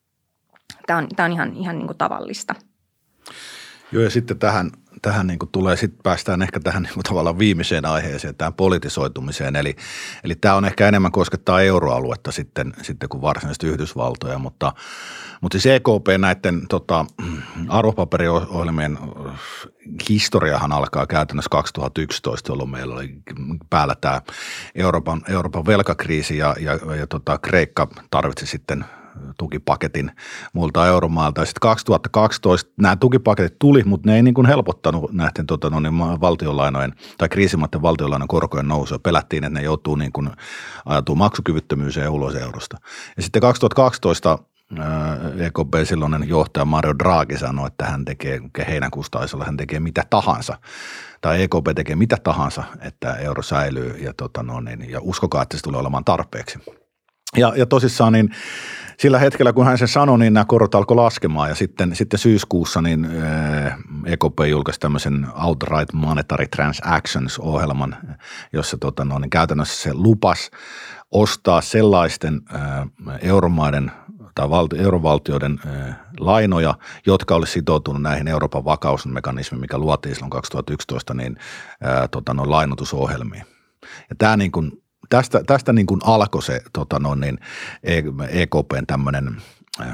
ihan niin kuin tavallista. Joo, ja sitten tähän niin kuin tulee, sitten päästään ehkä tähän niin kuin tavallaan viimeiseen aiheeseen, tähän politisoitumiseen, eli tämä on ehkä enemmän koskettaa euroaluetta sitten kuin varsinaisesti Yhdysvaltoja, mutta siis EKP näiden arvopaperiohjelmien historiahan alkaa käytännössä 2011, jolloin meillä oli päällä tämä Euroopan velkakriisi ja Kreikka tarvitsi sitten tukipaketin muilta euromailta. Ja sitten 2012 nämä tukipaketit tuli, mutta ne ei niin kuin helpottanut näiden valtionlainojen tai kriisimaiden valtionlainojen korkojen nousua. Pelättiin, että ne joutuu niin kuin ajatuu maksukyvyttömyyteen ja ulos eurosta. Ja sitten 2012 EKP silloinen johtaja Mario Draghi sanoi, että hän tekee heinäkuusta hän tekee mitä tahansa, tai EKP tekee mitä tahansa, että euro säilyy ja uskokaa, että se tulee olemaan tarpeeksi. Ja tosissaan niin sillä hetkellä, kun hän sen sanoi, niin nämä korot alkoi laskemaan ja sitten syyskuussa niin EKP julkaisi tämmöisen Outright Monetary Transactions-ohjelman, jossa käytännössä se lupasi ostaa sellaisten euromaiden tai eurovaltioiden lainoja, jotka olisi sitoutunut näihin Euroopan vakausmekanismiin, mikä luotiin silloin 2011 lainotusohjelmiin. Ja tämä niin kuin tästä niin kuin alkoi se EKPn tämmöinen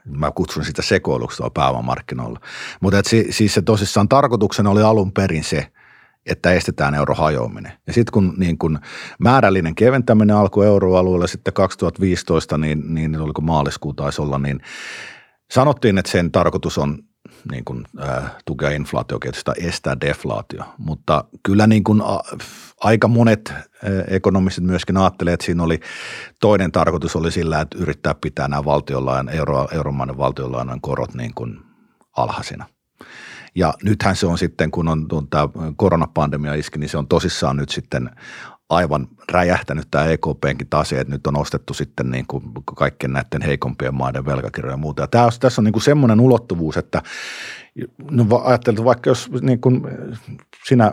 mä kutsun sitä sekoiluksi tuolla pääomamarkkinoilla. Mutta siis se tosissaan tarkoituksena oli alun perin se, että estetään euron hajoaminen. Ja sitten kun määrällinen keventäminen alkoi euroalueella sitten 2015, niin oliko maaliskuu taisi olla, niin sanottiin, että sen tarkoitus on niin kuin, tukea inflaatiokehitystä, estää deflaatio, mutta kyllä niin kuin, aika monet ekonomistit myöskin ajattelevat, että siinä oli toinen tarkoitus oli sillä, että yrittää pitää nämä euromaiden valtionlainan korot niin kuin alhaisina. Ja nythän se on sitten, kun on tämä koronapandemia iski, niin se on tosissaan nyt sitten aivan räjähtänyt tämä EKP:nkin tase, että nyt on ostettu sitten niin kuin kaikkien näiden heikompien maiden velkakirjoja ja muuta. Ja tässä on niin kuin semmoinen ulottuvuus, että no ajattelet, vaikka jos niin kuin sinä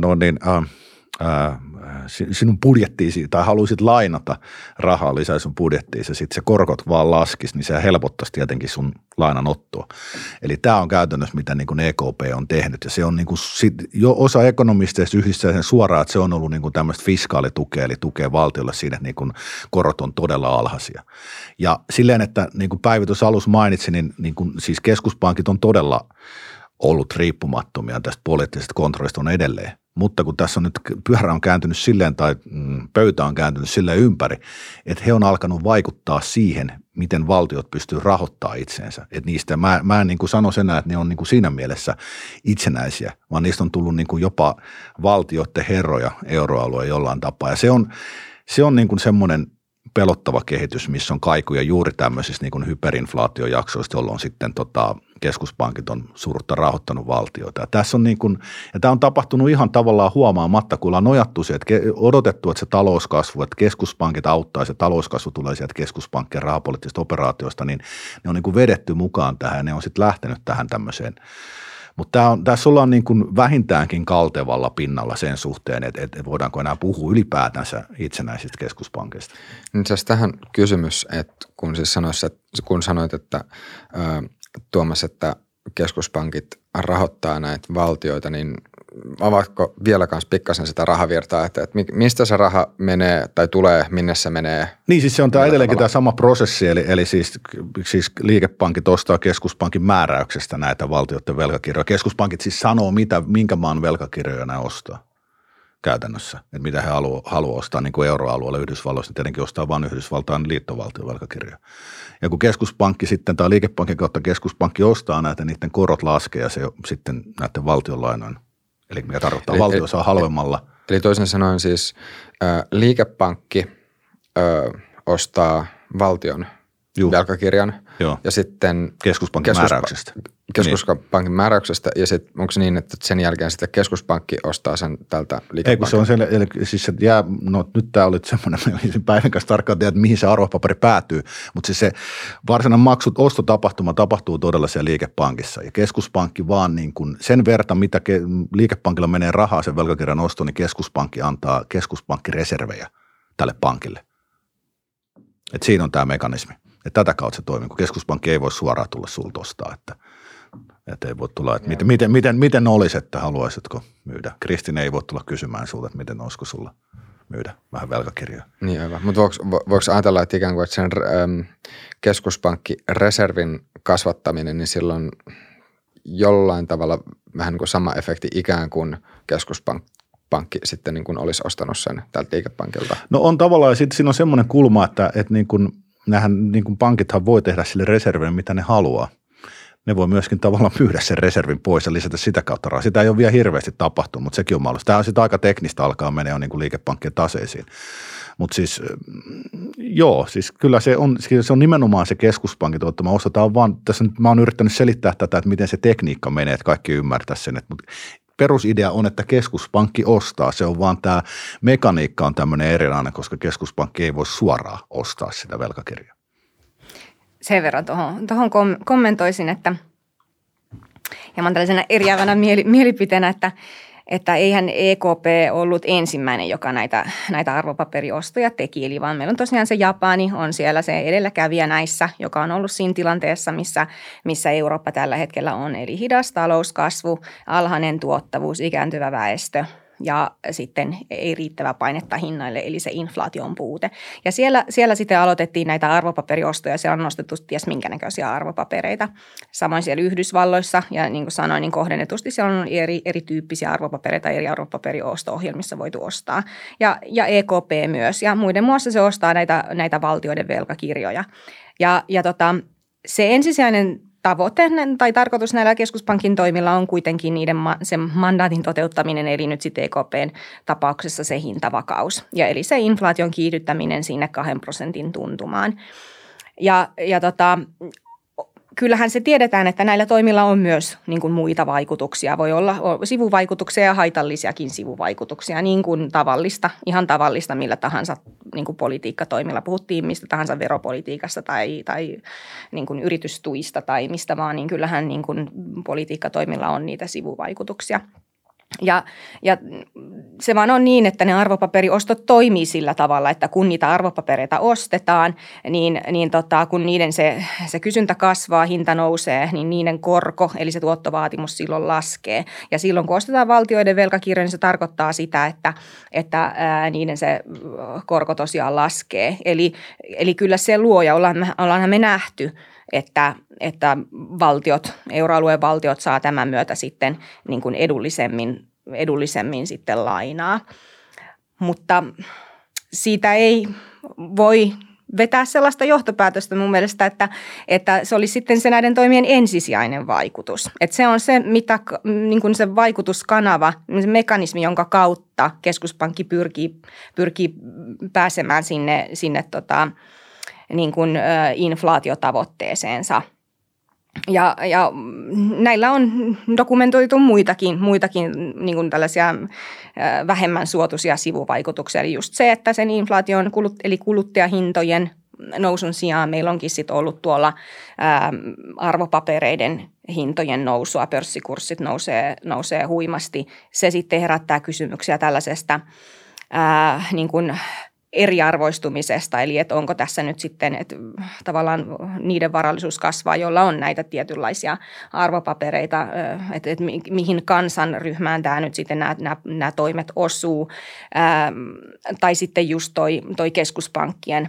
sinun budjettiisi tai haluaisit lainata rahaa lisää sun budjettiin ja sitten se korkot vaan laskisi, niin se helpottaisi tietenkin sun lainanottoa. Eli tämä on käytännössä, mitä niin kuin EKP on tehnyt ja se on niin kuin jo osa ekonomisteista yhdistää sen suoraan, että se on ollut niin kuin tämmöistä fiskaalitukea, eli tukea valtiolle siinä, että niin kuin korot on todella alhaisia. Ja silleen, että niin kuin Päivi tuossa alussa mainitsi, niin kuin siis keskuspankit on todella ollut riippumattomia tästä poliittisesta kontrollista on edelleen. Mutta kun tässä on nyt pyörä on kääntynyt silleen tai pöytä on kääntynyt silleen ympäri, että he on alkanut vaikuttaa siihen, miten valtiot pystyy rahoittamaan itseensä. Että niistä, mä en niin kuin sano sen, että ne on niin kuin siinä mielessä itsenäisiä, vaan niistä on tullut niin kuin jopa valtioiden herroja euroalueen jollain tapaa. Ja se on niin kuin semmoinen pelottava kehitys, missä on kaikuja juuri tämmöisissä niin kuin hyperinflaatiojaksoista, jolloin sitten keskuspankit on suurta rahoittanut valtioita. Ja tässä on niin kuin, ja tämä on tapahtunut ihan tavallaan huomaamatta, kun ollaan nojattu se, että odotettu, että se talouskasvu, että keskuspankit auttaa, se talouskasvu tulee sieltä keskuspankkien rahapoliittisista operaatioista, niin ne on niin kuin vedetty mukaan tähän ja ne on sitten lähtenyt tähän tämmöiseen. Mutta tässä ollaan niin kuin vähintäänkin kaltevalla pinnalla sen suhteen, että voidaanko enää puhua ylipäätänsä itsenäisistä keskuspankeista. Itse asiassa tähän kysymys, että kun sanoit, että Tuomas, että keskuspankit rahoittaa näitä valtioita, niin avaatko vielä kans pikkasen sitä rahavirtaa, että mistä se raha menee tai tulee, minne se menee? Niin siis se on edelleenkin tämä sama prosessi, eli siis liikepankit ostaa keskuspankin määräyksestä näitä valtioiden velkakirjoja. Keskuspankit siis sanoo, minkä maan velkakirjoja ne ostaa käytännössä, että mitä he haluaa ostaa niin kuin euroalueella Yhdysvalloissa, niin tietenkin ostaa vain Yhdysvaltain liittovaltion velkakirjoja. Ja kun keskuspankki sitten tai liikepankin kautta keskuspankki ostaa näitä, niiden korot laskee ja se sitten näiden valtionlainojen. Eli mikä tarkoittaa, valtio saa halvemmalla. Eli toisin sanoen siis liikepankki ostaa valtion velkakirjan ja sitten keskuspankin määräyksestä. Keskuspankin määräyksestä ja sitten onko se niin, että sen jälkeen sitten keskuspankki ostaa sen tältä liikepankilta? Ei kun se on sen, eli siis se jää, no nyt tämä oli semmoinen, päivän kanssa tarkkaan tiedä, että mihin se arvopaperi päätyy, mutta siis se varsinainen ostotapahtuma tapahtuu todella siellä liikepankissa ja keskuspankki vaan niin kuin sen verran, mitä liikepankilla menee rahaa sen velkakirjan ostoon, niin keskuspankki antaa keskuspankkireservejä tälle pankille. Että siinä on tämä mekanismi. Että tätä kautta se toimii, kun keskuspankki ei voi suoraan tulla sulta ostaa, että ei voi tulla, että miten olisi, että haluaisitko myydä. Kristin ei voi tulla kysymään sulta, että miten olisiko sulla myydä vähän velkakirjaa. Niin aivan, mutta voiko ajatella, että ikään kuin että sen keskuspankkireservin kasvattaminen, niin silloin jollain tavalla vähän niin kuin sama efekti ikään kuin keskuspankki sitten niin kuin olisi ostanut sen tältä liikepankilta? No on tavallaan, ja sitten siinä on semmoinen kulma, että niin kuin nämähän niin kuin pankithan voi tehdä sille reserville, mitä ne haluaa. Ne voi myöskin tavallaan myydä sen reservin pois ja lisätä sitä kautta rahaa. Sitä ei ole vielä hirveästi tapahtunut, mutta sekin on mahdollista. Tämä on sitten aika teknistä alkaa menee niin kuin liikepankkien taseisiin. Mutta siis joo, siis kyllä se on nimenomaan se keskuspankin tuottama osa. Tämä on vaan, tässä nyt mä oon yrittänyt selittää tätä, että miten se tekniikka menee, että kaikki ymmärtää sen. Mutta perusidea on, että keskuspankki ostaa. Se on vaan tämä mekaniikka on tämmöinen erilainen, koska keskuspankki ei voi suoraan ostaa sitä velkakirjaa. Sen verran tuohon kommentoisin, että hieman tällaisena eriävänä mielipiteenä, että eihän EKP ollut ensimmäinen, joka näitä arvopaperiostoja teki, eli vaan meillä on tosiaan se Japani, on siellä se edelläkävijä näissä, joka on ollut siinä tilanteessa, missä Eurooppa tällä hetkellä on, eli hidas talouskasvu, alhainen tuottavuus, ikääntyvä väestö ja sitten ei riittävää painetta hinnaille, eli se inflaation puute. Ja siellä sitten aloitettiin näitä arvopaperiostoja, siellä on nostettu ties minkä näköisiä arvopapereita. Samoin siellä Yhdysvalloissa, ja niin kuin sanoin, niin kohdennetusti siellä on erityyppisiä arvopapereita, eri arvopaperiosto-ohjelmissa voitu ostaa. Ja EKP myös, ja muiden muassa se ostaa näitä valtioiden velkakirjoja. Ja se ensisijainen tavoite tai tarkoitus näillä keskuspankin toimilla on kuitenkin sen mandaatin toteuttaminen, eli nyt sitten EKPn tapauksessa se hintavakaus, ja eli se inflaation kiihdyttäminen sinne 2% tuntumaan. Kyllähän se tiedetään, että näillä toimilla on myös niin kuin muita vaikutuksia. Voi olla sivuvaikutuksia ja haitallisiakin sivuvaikutuksia, niin kuin ihan tavallista millä tahansa niin kuin politiikkatoimilla. Puhuttiin mistä tahansa veropolitiikasta tai niin kuin yritystuista tai mistä vaan, niin kyllähän niin kuin politiikkatoimilla on niitä sivuvaikutuksia. Ja se vaan on niin, että ne arvopaperiostot toimii sillä tavalla, että kun niitä arvopapereita ostetaan, niin kun niiden se kysyntä kasvaa, hinta nousee, niin niiden korko, eli se tuottovaatimus silloin laskee. Ja silloin kun ostetaan valtioiden velkakirjoja, niin se tarkoittaa sitä, että niiden se korko tosiaan laskee. Eli kyllä se luo, ja ollaanhan me nähty, että euroalueen valtiot saa tämän myötä sitten niin kuin edullisemmin sitten lainaa. Mutta siitä ei voi vetää sellaista johtopäätöstä mun mielestä, että se olisi sitten se näiden toimien ensisijainen vaikutus. Että se on se, mitä niin kuin se vaikutuskanava, se mekanismi, jonka kautta keskuspankki pyrkii pääsemään sinne niin kuin inflaatiotavoitteeseensa. Ja näillä on dokumentoitu muitakin niin kuin tällaisia vähemmän suotuisia sivuvaikutuksia. Eli just se, että sen inflaation eli kuluttajahintojen nousun sijaan meillä onkin sitten ollut tuolla arvopapereiden hintojen nousua, pörssikurssit nousee huimasti. Se sitten herättää kysymyksiä tällaisesta niin kuin eriarvoistumisesta, eli että onko tässä nyt sitten, että tavallaan niiden varallisuus kasvaa, joilla on näitä tietynlaisia arvopapereita, että mihin kansanryhmään tämä nyt sitten nämä toimet osuu, tai sitten just toi keskuspankkien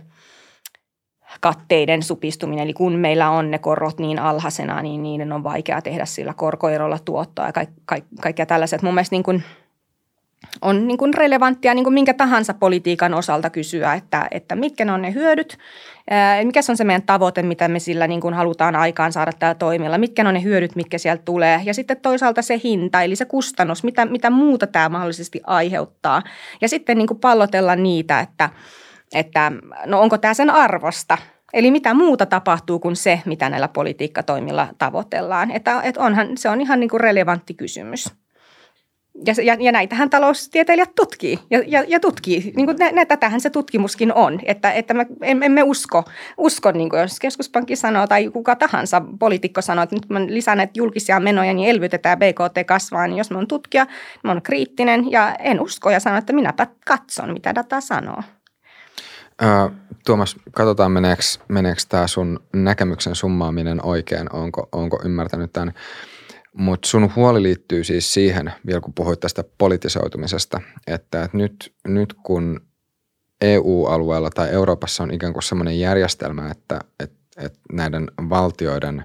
katteiden supistuminen, eli kun meillä on ne korot niin alhaisena, niin niiden on vaikea tehdä sillä korkoerolla tuottoa ja kaikkea tällaiset. Mun mielestä niin kuin on niin kuin relevanttia niin kuin minkä tahansa politiikan osalta kysyä, että mitkä ne on ne hyödyt, mikä se on se meidän tavoite, mitä me sillä niin kuin halutaan aikaan saada tällä toimilla, mitkä ne on ne hyödyt, mitkä sieltä tulee, ja sitten toisaalta se hinta, eli se kustannus, mitä muuta tämä mahdollisesti aiheuttaa, ja sitten niin kuin pallotella niitä, että no onko tämä sen arvosta. Eli mitä muuta tapahtuu kuin se, mitä näillä politiikkatoimilla tavoitellaan, että se on ihan niin kuin relevantti kysymys. Ja näitähän taloustieteilijät tutkii ja tutkii. Niin kuin tätähän se tutkimuskin on, että me emme usko niin kuin jos keskuspankki sanoo tai kuka tahansa poliitikko sanoo, että nyt me lisää näitä julkisia menoja, niin elvytetään BKT kasvaa, niin jos mä oon tutkija, mä oon kriittinen ja en usko ja sanon, että minäpä katson, mitä data sanoo. Tuomas, katsotaan meneekö tämä sun näkemyksen summaaminen oikein, onko ymmärtänyt tämän. Mutta sun huoli liittyy siis siihen, vielä kun puhuit tästä politisoitumisesta, että nyt kun EU-alueella tai Euroopassa on ikään kuin semmoinen järjestelmä, että näiden valtioiden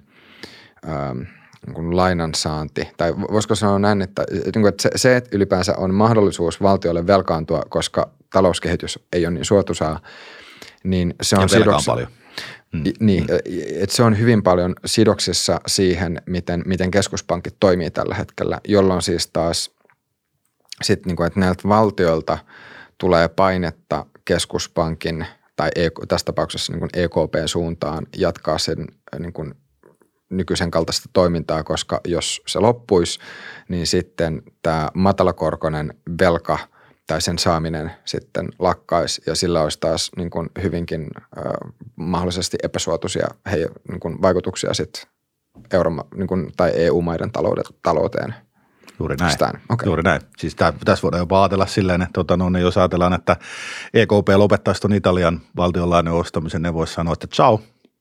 lainansaanti, tai voisiko sanoa näin, että se, että ylipäänsä on mahdollisuus valtiolle velkaantua, koska talouskehitys ei ole niin suotuisaa, niin se on paljon. Niin, että se on hyvin paljon sidoksissa siihen, miten keskuspankit toimii tällä hetkellä, jolloin siis taas sitten niin kuin, että näiltä valtioilta tulee painetta keskuspankin tai tässä tapauksessa niin kuin EKP-suuntaan jatkaa sen niin kuin nykyisen kaltaista toimintaa, koska jos se loppuisi, niin sitten tämä matalakorkoinen velka tai sen saaminen sitten lakkaisi ja sillä olisi taas niin kuin hyvinkin mahdollisesti epäsuotuisia niin kuin vaikutuksia sitten niin kuin, tai EU-maiden talouteen. Juuri näin. Okay. Juuri näin. Siis tässä voidaan jopa ajatella silleen, että jos ajatellaan, että EKP lopettaisi tuon Italian valtionlainan ostamisen, ne voisi sanoa, että ciao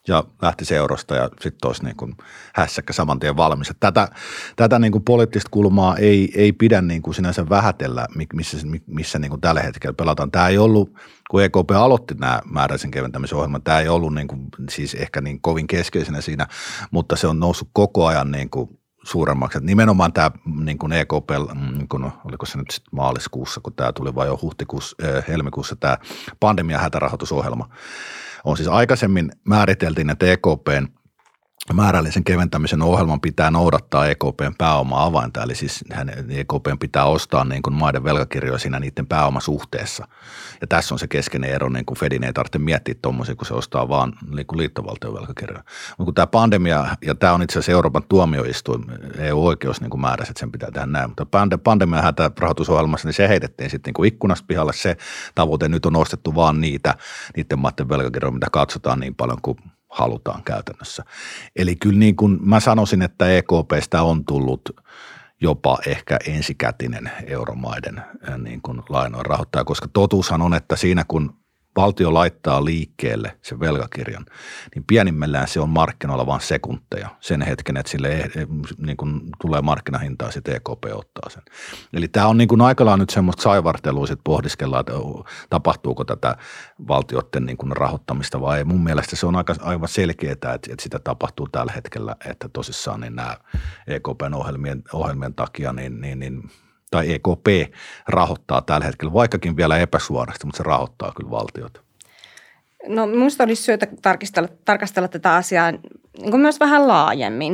ja lähtisi eurosta ja sitten olisi niin kuin hässäkkä saman tien valmis. Tätä niin kuin poliittista kulmaa ei pidä niin kuin sinänsä vähätellä, missä niin kuin tällä hetkellä pelataan. Tämä ei ollut, kun EKP aloitti nämä määräisen keventämisen ohjelman, tämä ei ollut niin kuin, siis ehkä niin kovin keskeisenä siinä, mutta se on noussut koko ajan niin kuin suuremmaksi. Et nimenomaan tämä niin kuin EKP, niin kuin, oliko se nyt sitten maaliskuussa, kun tämä tuli vai jo helmikuussa tämä pandemia-hätärahoitusohjelma. On siis aikaisemmin määriteltiin, että EKPn määrällisen keventämisen ohjelman pitää noudattaa EKPn pääoma-avainta, eli siis EKPn pitää ostaa niin kuin maiden velkakirjoja siinä niiden pääomasuhteessa. Ja tässä on se keskeinen ero, niin kuin Fedin ei tarvitse miettiä tuommoisia, kun se ostaa vaan niin kuin liittovaltion velkakirjoja. Mutta kun tämä pandemia, ja tämä on itse asiassa Euroopan tuomioistuin, EU-oikeus niin kuin määräsi, että sen pitää tehdä näin, mutta pandemia hätärahoitusohjelmassa, niin se heitettiin sitten niin kuin ikkunasta pihalle. Se tavoite nyt on ostettu vaan niiden maiden velkakirjoja, mitä katsotaan niin paljon kuin halutaan käytännössä. Eli kyllä niin kuin mä sanoisin, että EKPstä on tullut jopa ehkä ensikätinen euromaiden niin kuin lainojen rahoittaja, koska totuushan on, että siinä kun valtio laittaa liikkeelle sen velkakirjan, niin pienimmillään se on markkinoilla vain sekunteja sen hetken, että sille niin kuin tulee markkinahintaa ja sitten EKP ottaa sen. Eli tämä on niin kuin aikallaan nyt semmoista saivartelua, että pohdiskellaan, että tapahtuuko tätä valtioiden niin kuin rahoittamista vai ei. Mun mielestä se on aivan selkeää, että sitä tapahtuu tällä hetkellä, että tosissaan niin nämä EKPn ohjelmien takia tai EKP rahoittaa tällä hetkellä, vaikkakin vielä epäsuorasti, mutta se rahoittaa kyllä valtiota. No minusta olisi syytä tarkastella tätä asiaa niin kuin myös vähän laajemmin.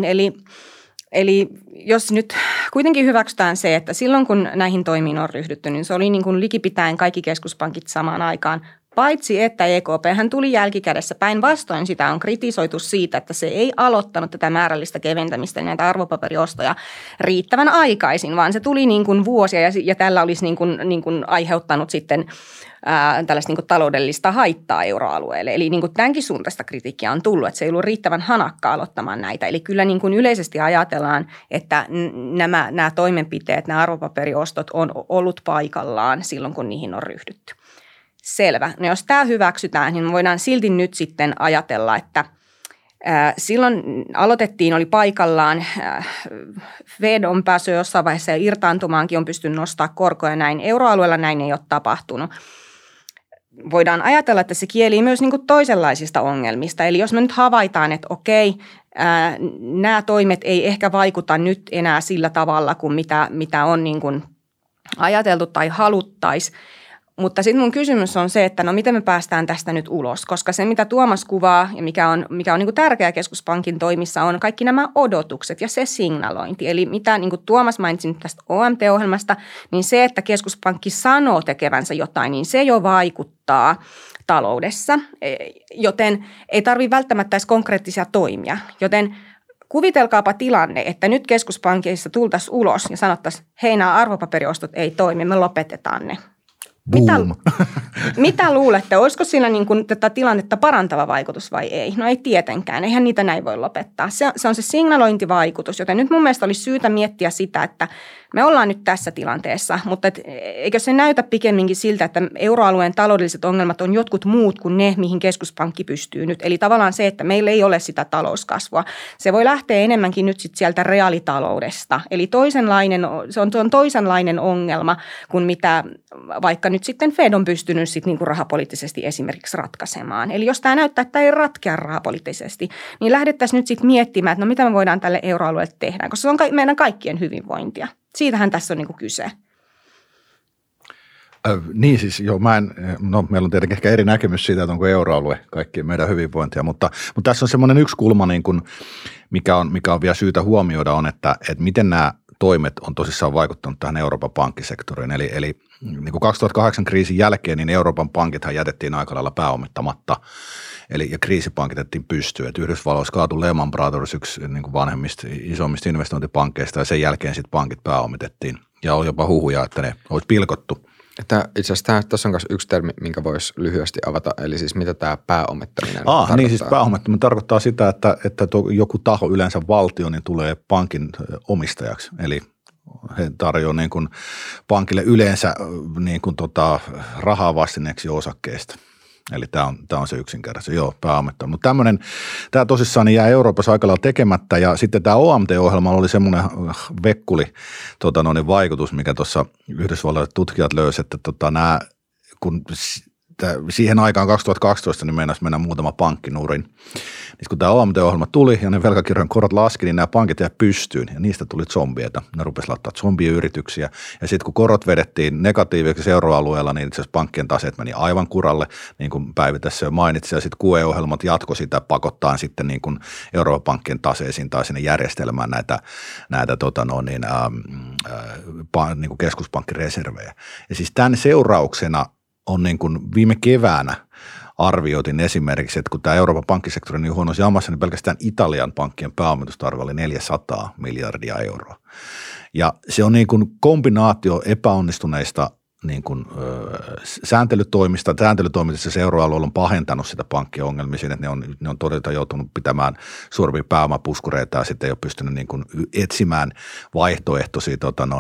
Eli jos nyt kuitenkin hyväksytään se, että silloin kun näihin toimiin on ryhdytty, niin se oli niin kuin likipitäen kaikki keskuspankit samaan aikaan. Paitsi että EKPhän tuli jälkikädessä, päinvastoin sitä on kritisoitu siitä, että se ei aloittanut tätä määrällistä keventämistä, näitä arvopaperiostoja riittävän aikaisin, vaan se tuli niin kuin vuosia ja tällä olisi niin kuin aiheuttanut sitten tällaista niin kuin taloudellista haittaa euroalueelle. Eli niin kuin tämänkin suuntaista kritiikkiä on tullut, että se ei ollut riittävän hanakka aloittamaan näitä. Eli kyllä niin kuin yleisesti ajatellaan, että nämä toimenpiteet, nämä arvopaperiostot on ollut paikallaan silloin, kun niihin on ryhdytty. Selvä. No jos tämä hyväksytään, niin voidaan silti nyt sitten ajatella, että silloin oli paikallaan, Fed on päässyt jossain vaiheessa irtaantumaankin, on pystynyt nostamaan korkoja näin. Euroalueella näin ei ole tapahtunut. Voidaan ajatella, että se kielii myös niin kuin toisenlaisista ongelmista. Eli jos me nyt havaitaan, että okei, nämä toimet ei ehkä vaikuta nyt enää sillä tavalla kuin mitä on niin kuin ajateltu tai haluttaisiin. Mutta sitten mun kysymys on se, että no miten me päästään tästä nyt ulos, koska se mitä Tuomas kuvaa ja mikä on niin kuin tärkeä keskuspankin toimissa on kaikki nämä odotukset ja se signalointi. Eli mitä niin kuin Tuomas mainitsi nyt tästä OMT-ohjelmasta, niin se, että keskuspankki sanoo tekevänsä jotain, niin se jo vaikuttaa taloudessa, joten ei tarvitse välttämättä edes konkreettisia toimia, joten kuvitelkaapa tilanne, että nyt keskuspankissa tultaisiin ulos ja sanottaisiin, hei nämä arvopaperiostot ei toimi, me lopetetaan ne. Mitä luulette, olisiko siinä niin kuin tätä tilannetta parantava vaikutus vai ei? No ei tietenkään, eihän niitä näin voi lopettaa. Se on se signalointivaikutus, joten nyt mun mielestä olisi syytä miettiä sitä, että me ollaan nyt tässä tilanteessa, mutta eikö se näytä pikemminkin siltä, että euroalueen taloudelliset ongelmat on jotkut muut kuin ne, mihin keskuspankki pystyy nyt. Eli tavallaan se, että meillä ei ole sitä talouskasvua. Se voi lähteä enemmänkin nyt sit sieltä reaalitaloudesta. Eli se on toisenlainen ongelma kuin mitä vaikka nyt sitten Fed on pystynyt sit niinku rahapoliittisesti esimerkiksi ratkaisemaan. Eli jos tämä näyttää, että ei ratkea rahapoliittisesti, niin lähdettäisiin nyt sitten miettimään, että no mitä me voidaan tälle euroalueelle tehdä, koska se on meidän kaikkien hyvinvointia. Siitähän tässä on niinku kyse. Niin siis joo, meillä on tietenkin ehkä eri näkemys siitä, että onko euroalue kaikkien meidän hyvinvointia, mutta tässä on semmoinen yksi kulma, niin kuin, mikä on vielä syytä huomioida on, että miten nämä toimet on tosissaan vaikuttanut tähän Euroopan pankkisektoriin. Eli niin kuin 2008 kriisin jälkeen, niin Euroopan pankithan jätettiin aika lailla pääomittamatta, ja kriisipankit jätettiin pystyyn. Et Yhdysvalloissa kaatui Lehman Brothers, yksi niin kuin vanhemmista isommista investointipankkeista, ja sen jälkeen sitten pankit pääomitettiin. Ja oli jopa huhuja, että ne olisi pilkottu. Itse asiassa tässä on myös yksi termi, minkä voisi lyhyesti avata, eli siis mitä tämä pääomittaminen tarkoittaa. Niin siis pääomittaminen tarkoittaa sitä, että joku taho, yleensä valtio, niin tulee pankin omistajaksi, eli he tarjoaa niin kuin pankille yleensä niin kuin rahaa vastineeksi osakkeista. Eli tämä on se yksinkertaisesti, pääomittaminen. Mutta tämä tosissaan jää Euroopassa aika lailla tekemättä ja sitten tämä OMT-ohjelma oli semmoinen vekkuli vaikutus, mikä tuossa Yhdysvallojen tutkijat löysivät, että kun siihen aikaan 2012 niin meinasi mennä muutama pankki nurin. Niin kun tämä OMT-ohjelma tuli ja ne velkakirjojen korot laski, niin nämä pankit jäi pystyyn ja niistä tuli zombieita. Ne rupesivat laittaa zombiyrityksiä ja sitten kun korot vedettiin negatiiviseksi euroalueella, niin itse asiassa pankkien taseet meni aivan kuralle, niin kuin Päivi tässä jo mainitsi. Ja sitten QE-ohjelmat jatkoi sitä pakottaan sitten niin kuin Euroopan pankkien taseisiin tai sinne järjestelmään näitä niin kuin keskuspankkireservejä. Ja siis tämän seurauksena on niin kuin viime keväänä arvioitin esimerkiksi, että kun tämä Euroopan pankkisektori on niin huonossa jamassa, niin pelkästään Italian pankkien pääomitustarve oli 400 miljardia euroa. Ja se on niin kuin kombinaatio epäonnistuneista niin kuin, sääntelytoimista euroalueella on pahentanut sitä pankkien ongelmia siinä, että ne on todella joutunut pitämään suurempia pääomapuskureita ja sitten ei ole pystynyt niin kuin etsimään vaihtoehtoisia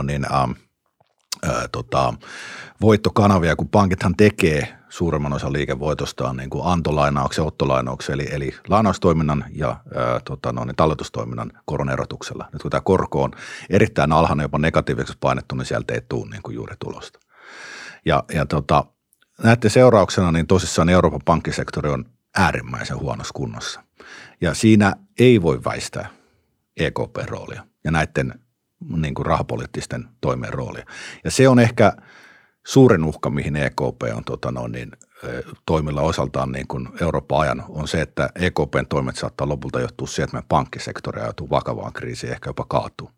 voittokanavia, kun pankithan tekee suurimman osan liikevoitostaan niin kuin antolainauksen, ottolainauksen, eli lainaustoiminnan ja talletustoiminnan koron erotuksella. Nyt kun tämä korko on erittäin alhainen, jopa negatiiviseksi painettu, niin sieltä ei tule niin kuin juuri tulosta. Ja näiden seurauksena niin tosissaan Euroopan pankkisektori on äärimmäisen huonossa kunnossa. Ja siinä ei voi väistää EKP-roolia ja näiden niin kuin rahapoliittisten toimien roolia. Ja se on ehkä suurin uhka, mihin EKP on toimilla osaltaan niin kuin Euroopan ajan, on se, että EKPn toimet saattaa lopulta johtua siihen, että meidän pankkisektori ajautuu vakavaan kriisiin, ehkä jopa kaatuu.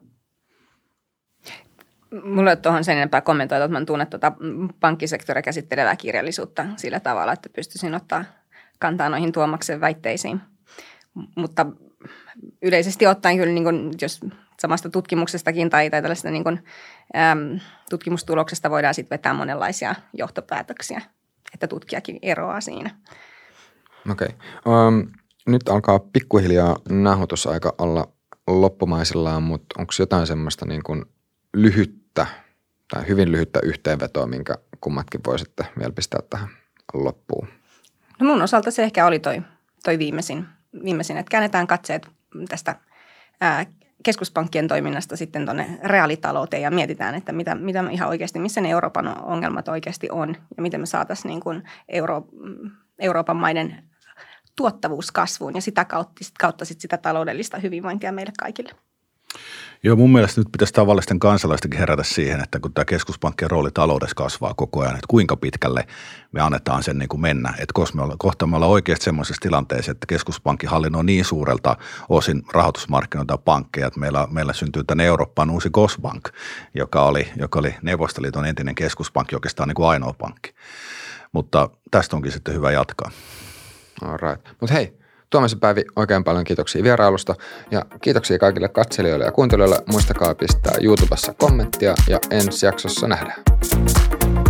Mulla on tuohon sen enempää kommentoida, että mä tunnen pankkisektoria käsittelevää kirjallisuutta sillä tavalla, että pystyisin ottaa kantaa noihin Tuomaksen väitteisiin. Mutta yleisesti ottaen kyllä, niin kuin, jos samasta tutkimuksestakin tai tällaista niin kuin, tutkimustuloksesta voidaan sitten vetää monenlaisia johtopäätöksiä, että tutkijakin eroaa siinä. Okei. Nyt alkaa pikkuhiljaa nauhoitusaika olla loppumaisillaan, mutta onko jotain semmoista niin kuin lyhyttä tai hyvin lyhyttä yhteenvetoa, minkä kummatkin voisitte vielä pistää tähän loppuun? No mun osalta se ehkä oli toi viimeisin, että käännetään katseet tästä keskuspankkien toiminnasta sitten tuonne reaalitalouteen ja mietitään, että mitä ihan oikeasti, missä ne Euroopan ongelmat oikeasti on ja miten me saataisiin niin kuin Euroopan maiden tuottavuuskasvuun ja sitä kautta sitten sitä taloudellista hyvinvointia meille kaikille. Joo, mun mielestä nyt pitäisi tavallisten kansalaistenkin herätä siihen, että kun tämä keskuspankkien rooli taloudessa kasvaa koko ajan, että kuinka pitkälle me annetaan sen niin kuin mennä. Että kohta me ollaan oikeasti semmoisessa tilanteessa, että keskuspankki hallinnoi niin suurelta osin rahoitusmarkkinoita ja pankkeja, että meillä syntyy tänne Eurooppaan uusi Gosbank, joka oli Neuvostoliiton entinen keskuspankki, oikeastaan niin kuin ainoa pankki. Mutta tästä onkin sitten hyvä jatkaa. All right. Mutta hei. Tuomas Päivi, oikein paljon kiitoksia vierailusta ja kiitoksia kaikille katselijoille ja kuuntelijoille. Muistakaa pistää YouTubessa kommenttia ja ensi jaksossa nähdään.